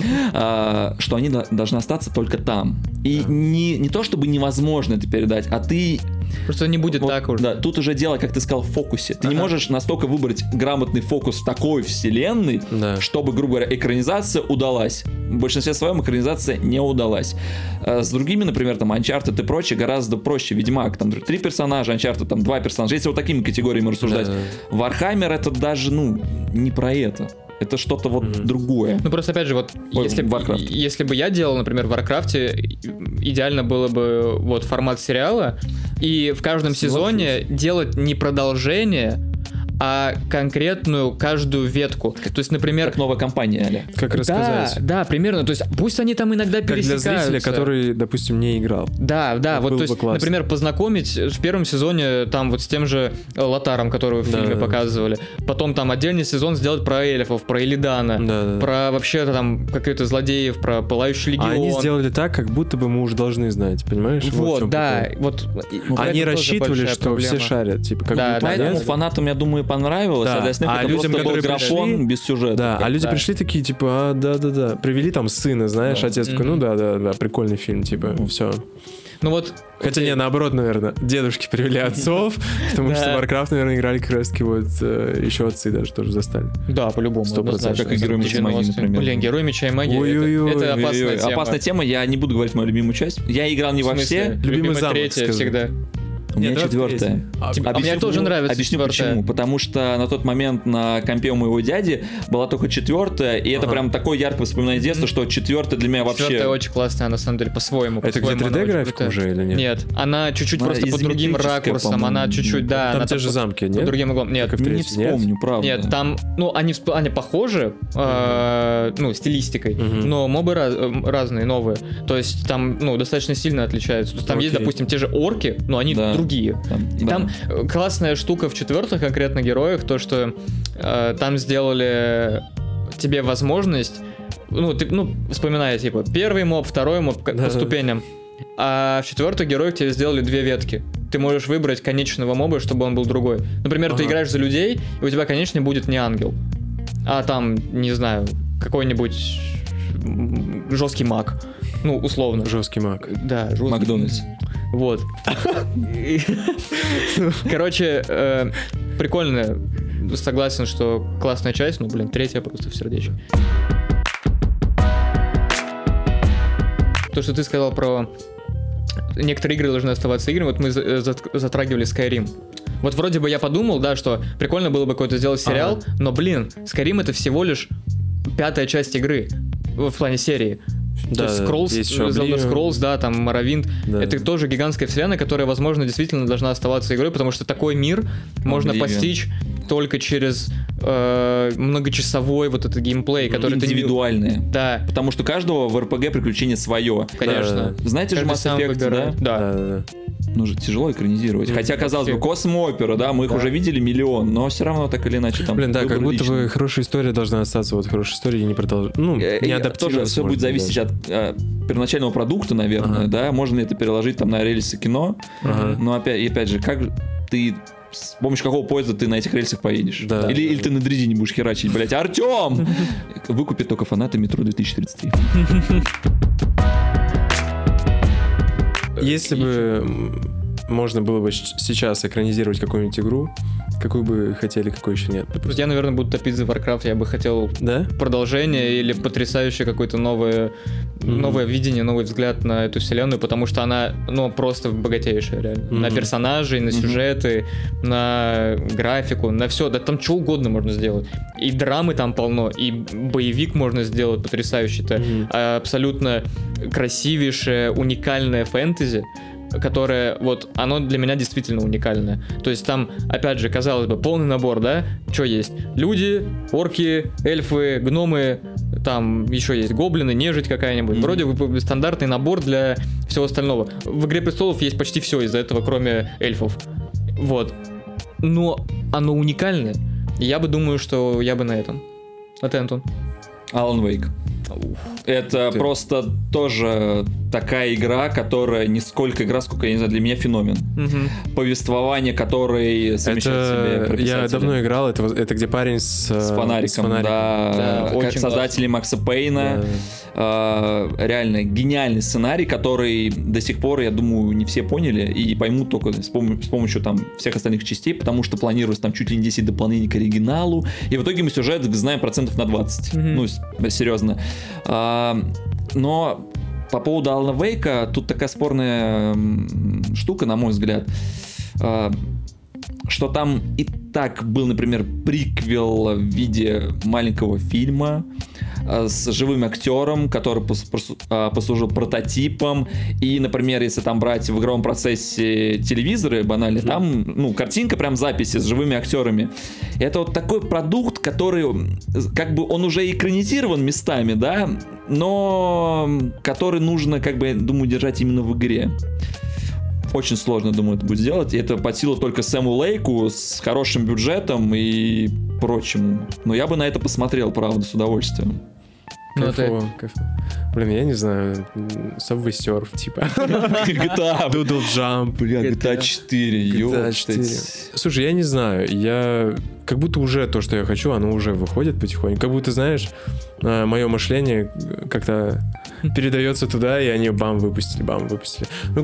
A: что они должны остаться только там. И не то чтобы невозможно это передать, а ты...
B: Просто не будет
A: вот,
B: так уже.
A: Да, тут уже дело, как ты сказал, в фокусе. Ты не можешь настолько выбрать грамотный фокус в такой вселенной,
C: Да.
A: чтобы, грубо говоря, экранизация удалась. В большинстве своем экранизация не удалась. С другими, например, там, Uncharted и прочее, гораздо проще. Ведьмак, там, 3 персонажа, Uncharted, там, 2 персонажа. Если вот такими категориями рассуждать.
C: Да.
A: Warhammer это даже, не про это. Это что-то вот другое.
B: Ну просто опять же, вот
A: Ой,
B: если,
A: Warcraft.
B: если бы я делал, например, в Warcraft, идеально было бы вот формат сериала, и в каждом сезоне делать не продолжение, а конкретную каждую ветку. То есть, например...
A: Как новая компания, Аля.
C: Как рассказать?
B: Да, примерно. То есть пусть они там иногда
C: Как для
B: пересекаются.
C: зрителя, который, допустим, не играл.
B: Да, вот
C: было
B: то
C: бы
B: есть,
C: классно.
B: например, познакомить в первом сезоне там вот с тем же Лотаром, которого в
C: Да,
B: фильме
C: да.
B: показывали. Потом там отдельный сезон сделать про эльфов, про Илидана,
C: Да.
B: про вообще там каких-то злодеев, про Пылающий легион.
C: А они сделали так, как будто бы мы уже должны знать, понимаешь? в
B: Вот,
C: чем
B: да,
C: прикол.
B: вот.
C: Они
B: это тоже
C: рассчитывали,
B: большая
C: что
B: проблема.
C: все шарят, типа, как
B: Да,
C: будто
B: да,
A: Поэтому
C: нет.
A: фанатам, я думаю, понравилось,
C: Да.
A: а для остальных
C: А
A: это
C: людям,
A: просто был
C: которые
A: графон
C: пришли-
A: без сюжета.
C: Да, а люди
B: Да.
C: пришли такие, типа, да. Привели там сына, знаешь,
A: Да.
C: отец такой, ну да, прикольный фильм, типа, все.
B: Ну вот.
C: Хотя не, наоборот, наверное, дедушки привели отцов, потому что
B: Да.
C: Warcraft, наверное, играли как раз таки вот еще отцы даже тоже застали.
B: Да, по-любому.
C: 100%.
B: однозначно.
A: Как и Герой Меча и Магии,
B: 90-е.
A: например.
B: Блин, Герой Меча и Магии.
C: Ой-ой-ой,
B: это опасная
A: Ой-ой-ой,
B: тема.
A: опасная тема, я не буду говорить мою любимую часть. Я играл не
B: В
A: во
B: смысле?
A: все,
C: Любимый замок,
B: третья
C: скажи.
B: всегда.
A: у меня
C: Нет, давай
A: четвертая.
C: третий.
B: А мне тоже нравится
A: Объясню
B: четвертая.
A: почему. Потому что на тот момент на компе у моего дяди была только четвертая, и это
C: Ага.
A: прям такое яркое воспоминание детства, что четвертая для меня вообще...
B: Четвертая очень классная, на самом деле, по-своему.
C: Это где
B: по-своему
C: 3D
B: она очень
C: графика
B: крутая.
C: уже или нет?
B: Нет, она чуть-чуть
A: Она
B: просто под другим
A: изометрическая,
B: ракурсом,
A: по-моему.
B: она чуть-чуть, да.
C: Там
B: она
C: те же
B: под-
C: замки,
B: под
C: нет?
B: другим углом. Нет,
C: Как и в
A: Не
C: третьей, нет?
A: вспомню, правда.
B: нет, там, ну, они похожи, стилистикой,
C: Мгм.
B: но мобы разные, новые. То есть там, достаточно сильно отличаются. То есть там есть,
C: Окей.
B: допустим, те же орки, но они
A: Да.
B: другие. И
A: Да.
B: там классная штука в четвертых конкретно героях, то, что там сделали тебе возможность, вспоминая, типа, первый моб, второй моб по
C: Да-да.
B: ступеням. А в четвертых героях тебе сделали 2 ветки. Ты можешь выбрать конечного моба, чтобы он был другой. Например, ты
C: Ага.
B: играешь за людей, и у тебя конечный будет не ангел, а там, не знаю, какой-нибудь жесткий маг. Ну, условно.
C: Жесткий маг.
B: Да, жесткий.
A: Макдональдс.
B: Вот. Короче, прикольно. Согласен, что классная часть, но, третья просто в сердечке. То, что ты сказал про некоторые игры должны оставаться играми, вот мы затрагивали Skyrim. Вот вроде бы я подумал, да, что прикольно было бы какой-то сделать сериал, но, Skyrim это всего лишь 5-я часть игры в плане серии.
C: Да,
B: То есть
C: да,
B: Scrolls,
C: есть еще
B: Elder
C: Oblivion.
B: Scrolls, да, там Morrowind,
C: Да.
B: это тоже гигантская вселенная, которая, возможно, действительно должна оставаться игрой, потому что такой мир можно
A: Oblivion.
B: постичь только через многочасовой вот этот геймплей, который ты...
A: Индивидуальные.
B: Да,
A: Потому что у каждого в РПГ приключение свое.
B: конечно.
C: Да.
A: Знаете же
B: Каждый
A: Mass
B: сам
A: Effect, да?
B: выбирает. Да.
C: Да.
A: ну же тяжело экранизировать. Хотя, казалось бы, космо-опера, да, мы их уже видели миллион, но все равно так или иначе там...
C: Блин, да, как будто
A: личный.
C: бы хорошая история должна остаться вот хорошей историей и не продолжать. Ну, не адаптироваться.
A: Тоже все будет зависеть от первоначального продукта, наверное, да, можно ли это переложить там на рельсы кино, но опять же, как ты... С помощью какого поезда ты на этих рельсах поедешь?
C: Да.
A: Или ты на дрезине будешь херачить, блять, Артем! Выкупит только фанаты метро 2033.
C: Если бы можно было бы сейчас экранизировать какую-нибудь игру, какую бы хотели, какой еще нет?
B: Я, наверное, буду топить за Warcraft. Я бы хотел продолжение или потрясающее какое-то новое видение, новый взгляд на эту вселенную, потому что она, ну, просто богатейшая, реально. На персонажей, на сюжеты, на графику, на все. Да там что угодно можно сделать. И драмы там полно, и боевик можно сделать потрясающий-то. Абсолютно красивейшее, уникальное фэнтези, которое, вот, оно для меня действительно уникальное. То есть там, опять же, казалось бы, полный набор, да? Что есть? Люди, орки, эльфы, гномы, там еще есть гоблины, нежить какая-нибудь. Вроде бы стандартный набор для всего остального. В «Игре престолов» есть почти все из-за этого, кроме эльфов. Вот. Но оно уникальное. Я бы думаю, что я бы на этом. А ты, Антон?
A: Alan Wake. Это просто тоже такая игра, которая не сколько игра, сколько, я не знаю, для меня феномен. Повествование, которое совмещает в себе
C: Я давно играл, это где парень с
A: фонариком. Да, как создатели Макса Пейна. Реально гениальный сценарий, который до сих пор, я думаю, не все поняли и поймут только с помощью там всех остальных частей, потому что планируется там чуть ли не 10 дополнений к оригиналу, и в итоге мы сюжет знаем процентов на 20. Ну, серьезно. Но по поводу Алана Вейка тут такая спорная штука, на мой взгляд, что там и так был, например, приквел в виде маленького фильма с живым актером, который послужил прототипом. И, например, если там брать в игровом процессе телевизоры банально, там, ну, картинка, прям записи с живыми актерами. Это вот такой продукт, который, как бы, он уже экранизирован местами, да, но который нужно, как бы, я думаю, держать именно в игре. Очень сложно, думаю, это будет сделать. И это под силу только Сэму Лейку с хорошим бюджетом и прочему. Но я бы на это посмотрел, правда, с удовольствием.
C: Кайфово. Блин, я не знаю, Subway Surf, типа.
A: GTA.
C: Doodle Jump.
A: Бля, GTA 4.
C: GTA 4. Слушай, я не знаю, как будто уже то, что я хочу, оно уже выходит потихоньку. Как будто, знаешь, мое мышление как-то передается туда, и они бам выпустили. Ну,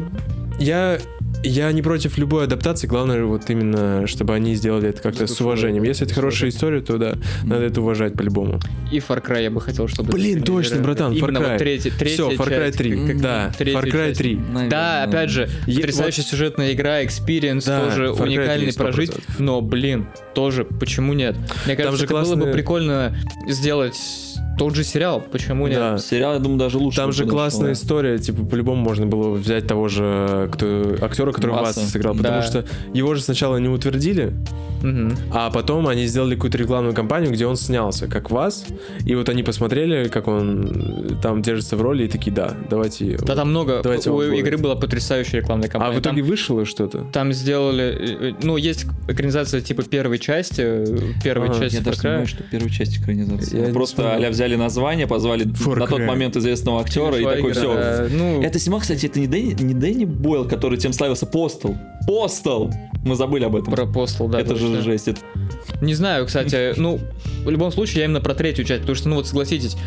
C: я не против любой адаптации, главное вот именно, чтобы они сделали это как-то с уважением. Если это хорошая история, то да, надо это уважать по-любому.
B: И Far Cry я бы хотел, чтобы...
C: Блин, точно, братан, Far
B: Именно
C: Cry.
B: вот третья
C: Все, Far Cry 3. Да, Far Cry 3.
B: Да, опять же, потрясающая сюжетная игра, Experience, тоже уникальный прожить. Но, блин, тоже, почему нет? Мне кажется, это было бы прикольно сделать... Тот же сериал, почему нет?
C: Да.
A: Сериал, я думаю, даже лучше.
C: Там же классная история, типа, по-любому можно было взять того же актера, который вас сыграл, потому что его же сначала не утвердили, а потом они сделали какую-то рекламную кампанию, где он снялся, как вас, и вот они посмотрели, как он там держится в роли, и такие, да, давайте...
B: Да, там много. У игры была потрясающая рекламная кампания.
C: А в итоге вышло что-то?
B: Там сделали... Ну, есть экранизация типа первой части
A: Я даже не знаю, что первая часть экранизации. Просто а-ля взяли название, позвали на тот момент известного актера, и такой, все. Это снимал, кстати, это не Дэнни Бойл, который тем славился, Постал! Мы забыли об этом.
B: Про Постал, да.
A: Это же жесть.
B: Не знаю, кстати, ну, в любом случае, я именно про третью часть, потому что, ну вот, согласитесь,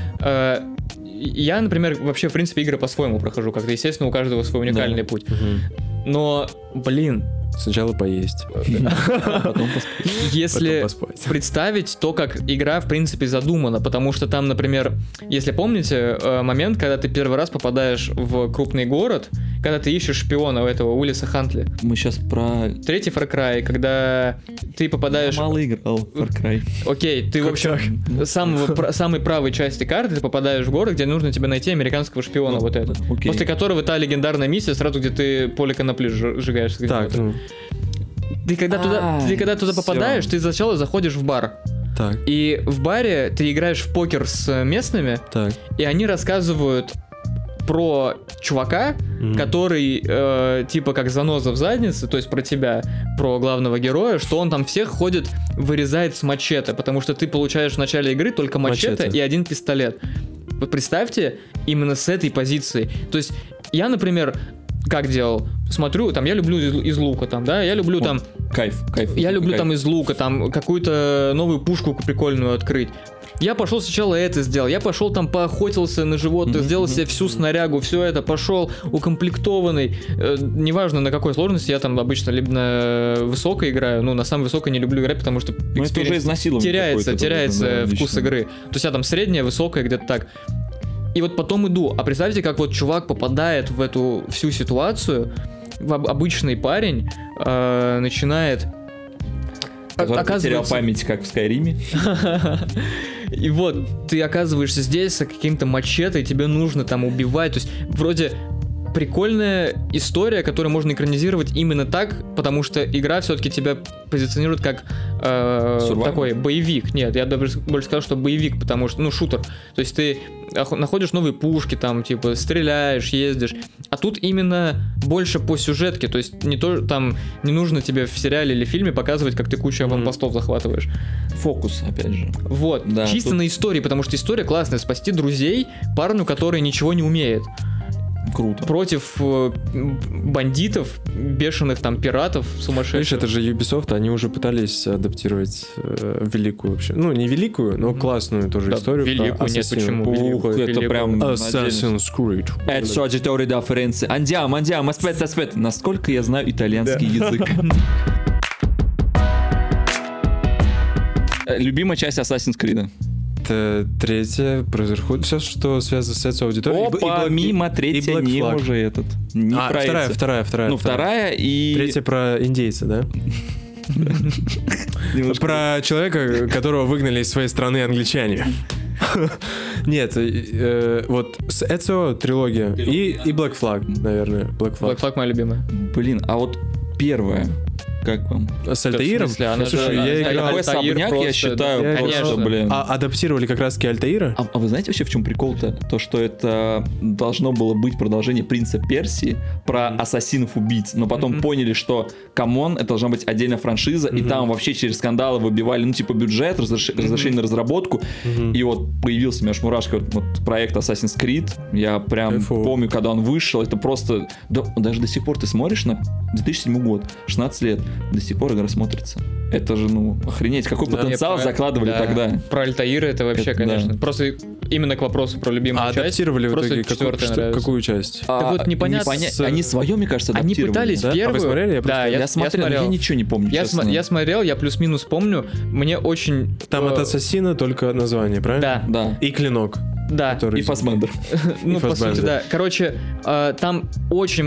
B: я, например, вообще, в принципе, игры по-своему прохожу, как-то, естественно, у каждого свой уникальный путь. Но, блин...
C: Сначала поесть.
A: Потом
B: если представить то, как игра, в принципе, задумана, потому что там, например, если помните, момент, когда ты первый раз попадаешь в крупный город, когда ты ищешь шпиона у этого Уиллиса Хантли.
A: Мы сейчас про...
B: Третий Far Cry, когда ты попадаешь...
A: Я мало играл в Far Cry.
B: Окей, ты, в общем, самой правой части карты ты попадаешь в город, где нужно тебе найти американского шпиона, вот этот. После которого та легендарная миссия, сразу где ты поле конопли сжигаешь.
C: Так,
B: Ты когда туда попадаешь, ты сначала заходишь в бар.
C: Так.
B: И в баре ты играешь в покер с местными,
C: так.
B: и они рассказывают про чувака, который типа как заноза в заднице, то есть про тебя, про главного героя, что он там всех ходит, вырезает с мачете, потому что ты получаешь в начале игры только мачете и один пистолет. Вы представьте, именно с этой позиции. То есть я, например, как делал? Смотрю, там, я люблю из лука, там, да, я люблю там...
A: Кайф.
B: Я люблю там из лука, там, какую-то новую пушку прикольную открыть. Я пошел сначала это сделал, я пошел там поохотился на животных, сделал себе всю снарягу, все это, пошел укомплектованный, неважно на какой сложности, я там обычно либо на высокой играю, ну на самой высокой не люблю играть, потому что
A: это уже изнасилование
B: теряется вкус игры. То есть я там средняя, высокая, где-то так. И вот потом иду, а представьте, как вот чувак попадает в эту всю ситуацию, обычный парень начинает...
A: Потерял память, как в Скайриме.
B: И вот, ты оказываешься здесь с каким-то мачете, и тебе нужно там убивать. То есть, вроде прикольная история, которую можно экранизировать именно так, потому что игра все-таки тебя позиционирует как такой боевик. Нет, я больше сказал, что боевик, потому что, ну, шутер. То есть ты находишь новые пушки, там, типа, стреляешь, ездишь. А тут именно больше по сюжетке. То есть не то, там, не нужно тебе в сериале или фильме показывать, как ты кучу аванпостов захватываешь.
A: Фокус, опять же.
B: Вот, да, чисто на истории, потому что история классная. Спасти друзей парню, который ничего не умеет.
A: Круто.
B: Против бандитов, бешеных там пиратов, сумасшедших.
C: Видишь, это же Ubisoft, они уже пытались адаптировать великую вообще. Ну, не великую, но классную тоже историю.
B: Великую, нет, почему?
A: Это прям...
C: Assassin's Creed.
A: Это аудитория референции. Andiamo, aspetta. Насколько я знаю итальянский язык. Любимая часть Assassin's Creed?
C: Это третья, Brotherhood, все, что связано с этой аудиторией.
A: Опа, мимо, третья не уже этот. Не про
C: вторая.
A: Ну, вторая и...
C: Третья про индейца, да? Про человека, которого выгнали из своей страны англичане. Нет, вот с Ezio трилогия и Black Flag, наверное. Black
B: Flag моя любимая.
A: Блин, а вот первая... Как вам?
C: С Альтаиром?
A: Слушай, я играл... Такой особняк, я считаю, просто, блин.
C: А адаптировали как раз-таки Альтаира?
A: А вы знаете вообще, в чем прикол-то? То, что это должно было быть продолжение «Принца Персии» про ассасинов-убийц, но потом поняли, что, камон, это должна быть отдельная франшиза, и там вообще через скандалы выбивали, ну, типа, бюджет, разрешение на разработку, и вот появился, между мурашкой, вот проект Assassin's Creed, я прям помню, когда он вышел, это просто... Даже до сих пор ты смотришь на 2007 год, 16 лет, до сих пор игра смотрится. Это же, ну, охренеть, какой потенциал закладывали тогда.
B: Про Альтаира это вообще, конечно. Просто именно к вопросу про любимую часть.
C: Адаптировали в итоге какую часть?
B: Так вот непонятно.
A: Они свое, мне кажется, адаптировали.
B: Они пытались первую.
C: А вы смотрели?
B: Да, я смотрел.
A: Я ничего не помню, честно.
B: Я смотрел, я плюс-минус помню. Мне очень...
C: Там от ассасина только название, правильно?
B: Да.
C: И клинок.
B: Да.
A: И Фассбендер.
B: Ну, по сути, да. Короче, там очень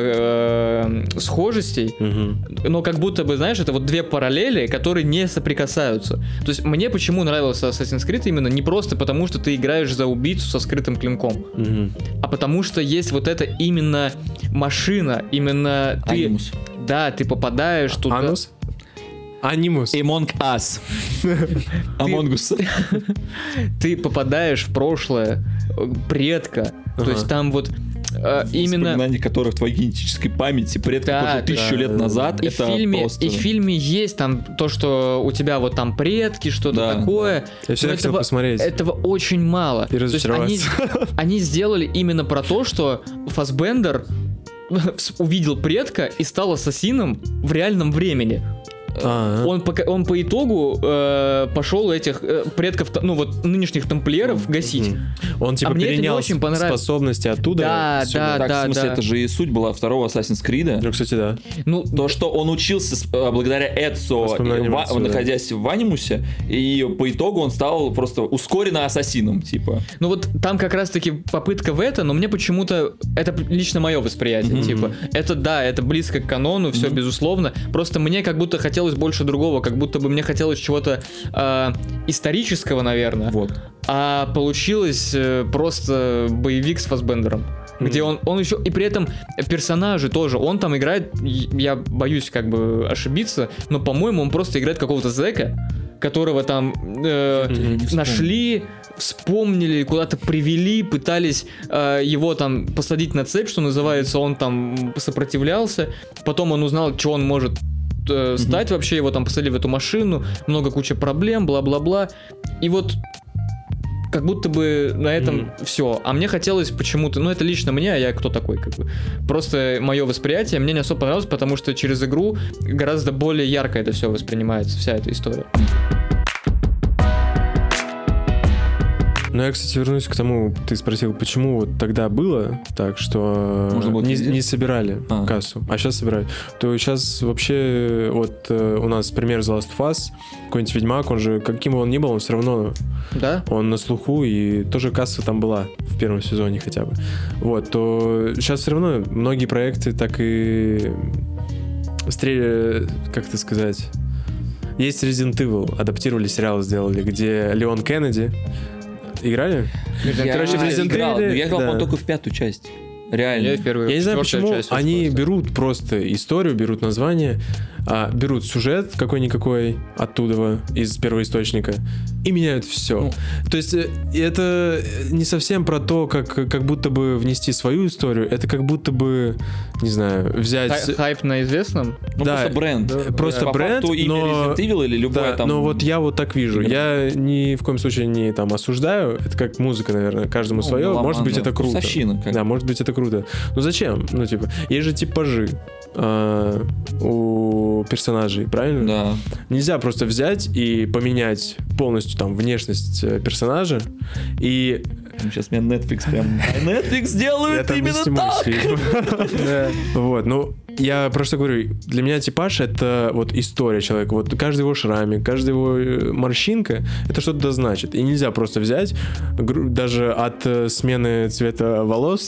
B: много схожестей, но как будто бы, знаешь, это вот две параллели, которые не соприкасаются. То есть мне почему нравился Assassin's Creed именно не просто потому, что ты играешь за убийцу со скрытым клинком, а потому что есть вот это именно машина, именно ты...
A: Анимус.
B: Да, ты попадаешь туда...
C: Анус? Анимус.
A: Among Us. Among Us.
B: Ты попадаешь в прошлое предка. То есть там вот именно...
A: Вспоминания которых в твоей генетической памяти предков уже 1000 лет назад.
B: И
A: это просто...
B: И в фильме есть там то, что у тебя вот там предки, что-то такое.
C: Я всегда хотел посмотреть.
B: Этого очень мало.
C: И разочароваться.
B: Они сделали именно про то, что Фассбендер увидел предка и стал ассасином в реальном времени. Он по итогу пошел этих предков, ну вот нынешних тамплиеров гасить.
C: Он типа перенял способности оттуда.
B: Да.
A: В смысле, это же и суть была второго Assassin's Creed.
C: Ну, кстати, да.
A: Ну, то, что он учился благодаря Эцио, находясь в Анимусе, и по итогу он стал просто ускоренно ассасином, типа.
B: Ну вот там как раз-таки попытка в это, но мне почему-то, это лично мое восприятие, типа, это близко к канону, все безусловно, просто мне как будто хотелось больше другого, как будто бы мне хотелось чего-то исторического, наверное.
A: Вот.
B: А получилось просто боевик с Фассбендером. Где он еще, и при этом персонажи тоже, он там играет, я боюсь как бы ошибиться, но, по-моему, он просто играет какого-то зэка, которого там нашли, вспомнили, куда-то привели, пытались его там посадить на цепь, что называется, он там сопротивлялся, потом он узнал, что он может стать вообще, его там посадили в эту машину, куча проблем, бла-бла-бла, и вот как будто бы на этом все. А мне хотелось почему-то, это лично мне, а я кто такой, как бы. Просто мое восприятие мне не особо понравилось, потому что через игру гораздо более ярко это все воспринимается, вся эта история.
C: Ну, я, кстати, вернусь к тому, ты спросил, почему вот тогда было так, что не собирали кассу, а сейчас собирают. То сейчас вообще, вот у нас пример The Last of Us, какой-нибудь Ведьмак, он же, каким бы он ни был, он все равно, он на слуху, и тоже касса там была в первом сезоне хотя бы. Вот, то сейчас все равно многие проекты так и как это сказать, есть Resident Evil, адаптировали сериал, сделали, где Леон Кеннеди. Играли?
A: Короче, я играл, по-моему, только в 5-ю часть. Реально.
C: Я не знаю, почему они берут просто историю, берут название, берут сюжет какой-никакой оттуда, из первоисточника, и меняют все. То есть это не совсем про то, как будто бы внести свою историю, это как будто бы, не знаю, взять...
B: Хайп на известном?
A: Просто бренд.
C: Просто бренд, но...
A: Resident Evil или любое там...
C: но вот я вот так вижу. Я ни в коем случае не там осуждаю, это как музыка, наверное, каждому свое. Может быть, это круто. Да, может быть, это круто. Ну зачем? Есть же типажи у персонажей, правильно?
A: Да.
C: Нельзя просто взять и поменять полностью там внешность персонажа и...
A: Сейчас меня Netflix прям... Netflix делают именно так!
C: Вот, я просто говорю, для меня типаж — это вот история человека. Вот каждый его шрамик, каждая его морщинка — это что-то значит. И нельзя просто взять, даже от смены цвета волос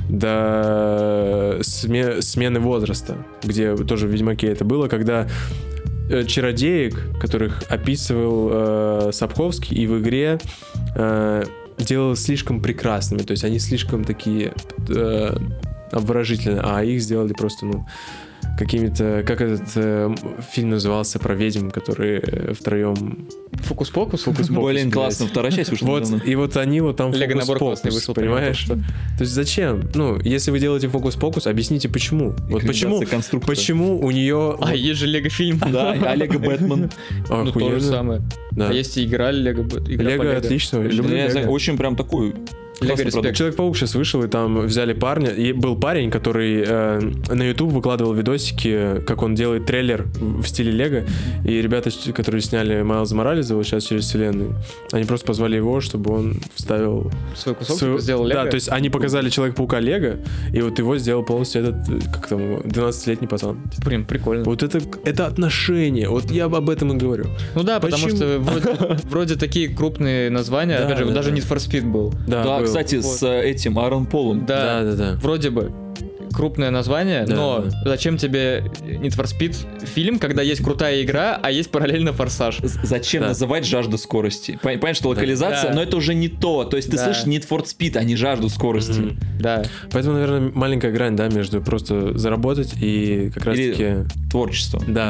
C: до смены возраста, где тоже в Ведьмаке это было, когда чародеек, которых описывал Сапковский, и в игре делал слишком прекрасными, то есть они слишком такие обворожительные, а их сделали просто, какими-то, как этот фильм назывался про ведьм, которые втроем...
B: Фокус-покус?
A: Блин, классно, вторая часть вышла.
C: Вот, и вот они вот там
B: фокус-покус,
C: понимаешь? То есть зачем? Если вы делаете фокус-покус, объясните почему. Вот почему у нее...
B: есть же Лего-фильм.
A: Да, а Лего Бэтмен.
B: То же самое. А есть и игра Лего.
C: Лего отлично.
A: Очень прям такой...
C: Человек-паук сейчас вышел, и там взяли парня. И был парень, который на YouTube выкладывал видосики, как он делает трейлер в стиле Лего. И ребята, которые сняли Майлза Моралеса вот сейчас через вселенную, они просто позвали его, чтобы он вставил
B: свой кусок, сделал Лего.
C: Да, то есть они показали Человек-паука Лего, и вот его сделал полностью этот, 12-летний пацан.
B: Блин, прикольно.
C: Вот это отношение. Вот я об этом и говорю.
B: Потому что вроде такие крупные названия, опять же, даже Need for Speed был.
A: Да, кстати, с этим Аарон Полом.
B: Да. Вроде бы крупное название, но зачем тебе Need for Speed фильм, когда есть крутая игра, а есть параллельно Форсаж?
A: Зачем называть жажду скорости? Понимаешь, что локализация, но это уже не то. То есть ты слышишь Need for Speed, а не жажду скорости.
B: Да.
C: Поэтому, наверное, маленькая грань, между просто заработать и как раз-таки...
A: творчество.
C: Да.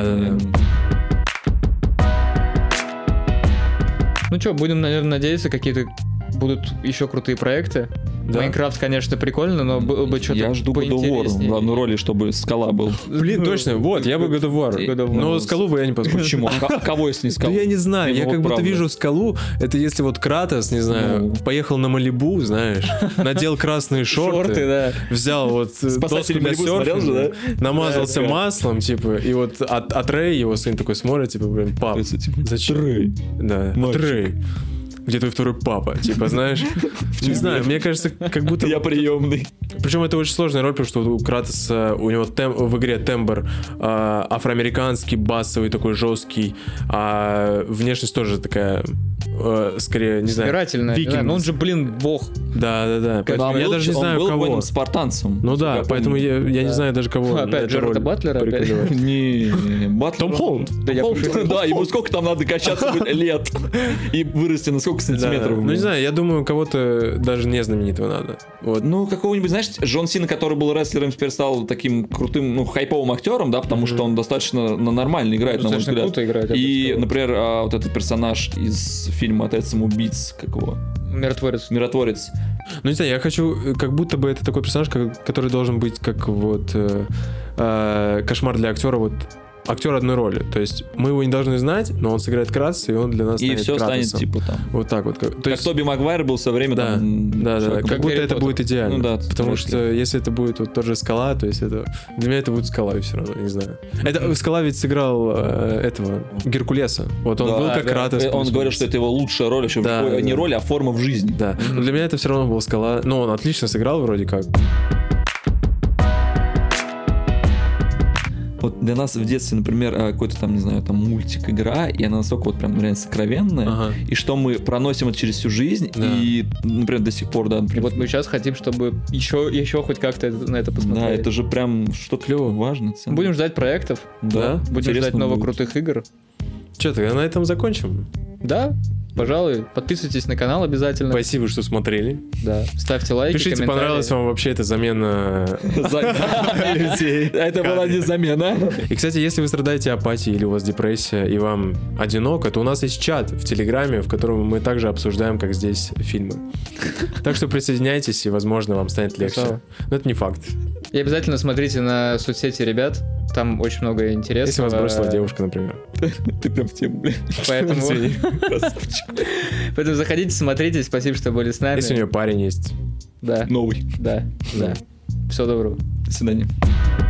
B: Будем, наверное, надеяться, какие-то будут еще крутые проекты. Майнкрафт, конечно, прикольно, но было бы что-то
A: Я жду God of War в главной роли, чтобы Скала был.
C: Блин, точно, вот, я бы God of War. Но Скалу бы я не посмотрел.
A: Почему? Кого если не Скалу?
C: Я не знаю, я как будто вижу Скалу, это если вот Кратос, не знаю, поехал на Малибу, знаешь, надел красные шорты, взял вот доску для серфинга, намазался маслом, типа, и вот от Рэй, его сын такой смотрит, типа, блин, пап, зачем?
A: Рэй.
C: Да, Рэй. Где твой второй папа, типа, знаешь? Не знаю, мне кажется, как будто...
A: Я приемный.
C: Причем это очень сложная роль, потому что у Кратоса, у него в игре тембр афроамериканский, басовый, такой жесткий, а внешность тоже такая, скорее, не знаю...
B: Собирательная, но он же, бог.
C: Да. Поэтому я даже не знаю, кого.
A: Он был спартанцем.
C: Ну да, поэтому я не знаю даже, кого.
B: Опять Джерарда Батлера?
A: Не, Батлер.
C: Том Холланд.
A: Да, ему сколько там надо качаться лет и вырасти, насколько сколько сантиметров?
C: Ну, не знаю, я думаю, кого-то даже не знаменитого надо. Вот.
A: Ну, какого-нибудь, знаешь, Джон Сина, который был рестлером, теперь стал таким крутым, ну, хайповым актером, да, потому что он достаточно нормально играет, на мой
B: Достаточно
A: взгляд.
B: круто играет, я бы
A: И,
B: сказал.
A: например, вот этот персонаж из фильма «Отряд самоубийц», как его?
B: Миротворец.
C: Ну, не знаю, я хочу, как будто бы это такой персонаж, который должен быть как вот кошмар для актера, вот актер одной роли. То есть мы его не должны знать, но он сыграет Кратоса, и он для нас
A: И
C: станет
A: все станет,
C: Кратосом.
A: типа, там.
C: Вот так вот. То
A: Как
C: есть,
A: Тоби Магуайр был все время
C: да,
A: там...
C: да,
A: человеком.
C: как будто
B: Гарри
C: это
B: Поттер.
C: будет идеально.
A: Ну да,
C: Потому
A: точно.
C: что если это будет вот тот же Скала, то есть это... Для меня это будет Скала все равно, не знаю. Это Скала ведь сыграл этого Геркулеса. Вот он
A: Да,
C: был как
B: да.
C: Кратос.
A: Он
C: плюс-минус.
A: говорил, что это его лучшая роль, вообще,
C: Да,
A: не
C: да.
A: роль, а форма в жизни.
C: Да. Но для меня это все равно был Скала. Ну, он отлично сыграл вроде как.
A: Вот для нас в детстве, например, какой-то там, не знаю, там мультик, игра, и она настолько вот прям реально сокровенная,
C: Ага.
A: и что мы проносим это через всю жизнь,
C: Да.
A: и, например, до сих пор, да,
B: И
A: например,
B: вот мы сейчас хотим, чтобы еще хоть как-то на это посмотреть.
A: да, это же прям что-то
C: Клево.
A: важно. ценно.
B: Будем ждать проектов,
C: Да?
B: будем ждать
A: интересно
B: новых
A: будет.
B: крутых игр.
C: Че, тогда на этом закончим.
B: Да, пожалуй, подписывайтесь на канал обязательно.
C: Спасибо, что смотрели.
B: Да, ставьте лайки,
C: Пишите,
B: комментарии.
C: понравилась вам вообще эта замена людей.
A: Это была не замена.
C: И, кстати, если вы страдаете апатией или у вас депрессия, и вам одиноко, то у нас есть чат в Телеграме, в котором мы также обсуждаем, как здесь, фильмы. Так что присоединяйтесь, и, возможно, вам станет легче.
B: Красава.
C: Но это не факт.
B: И обязательно смотрите на соцсети ребят, там очень много интересного.
C: Если вас бросила девушка, например.
A: Ты прям в тему, блин.
B: Поэтому,
C: Извини.
B: поэтому заходите, смотрите, спасибо, что были с нами.
C: Если у нее парень есть.
B: Да,
A: Новый.
B: да, да. Всего доброго.
A: До свидания.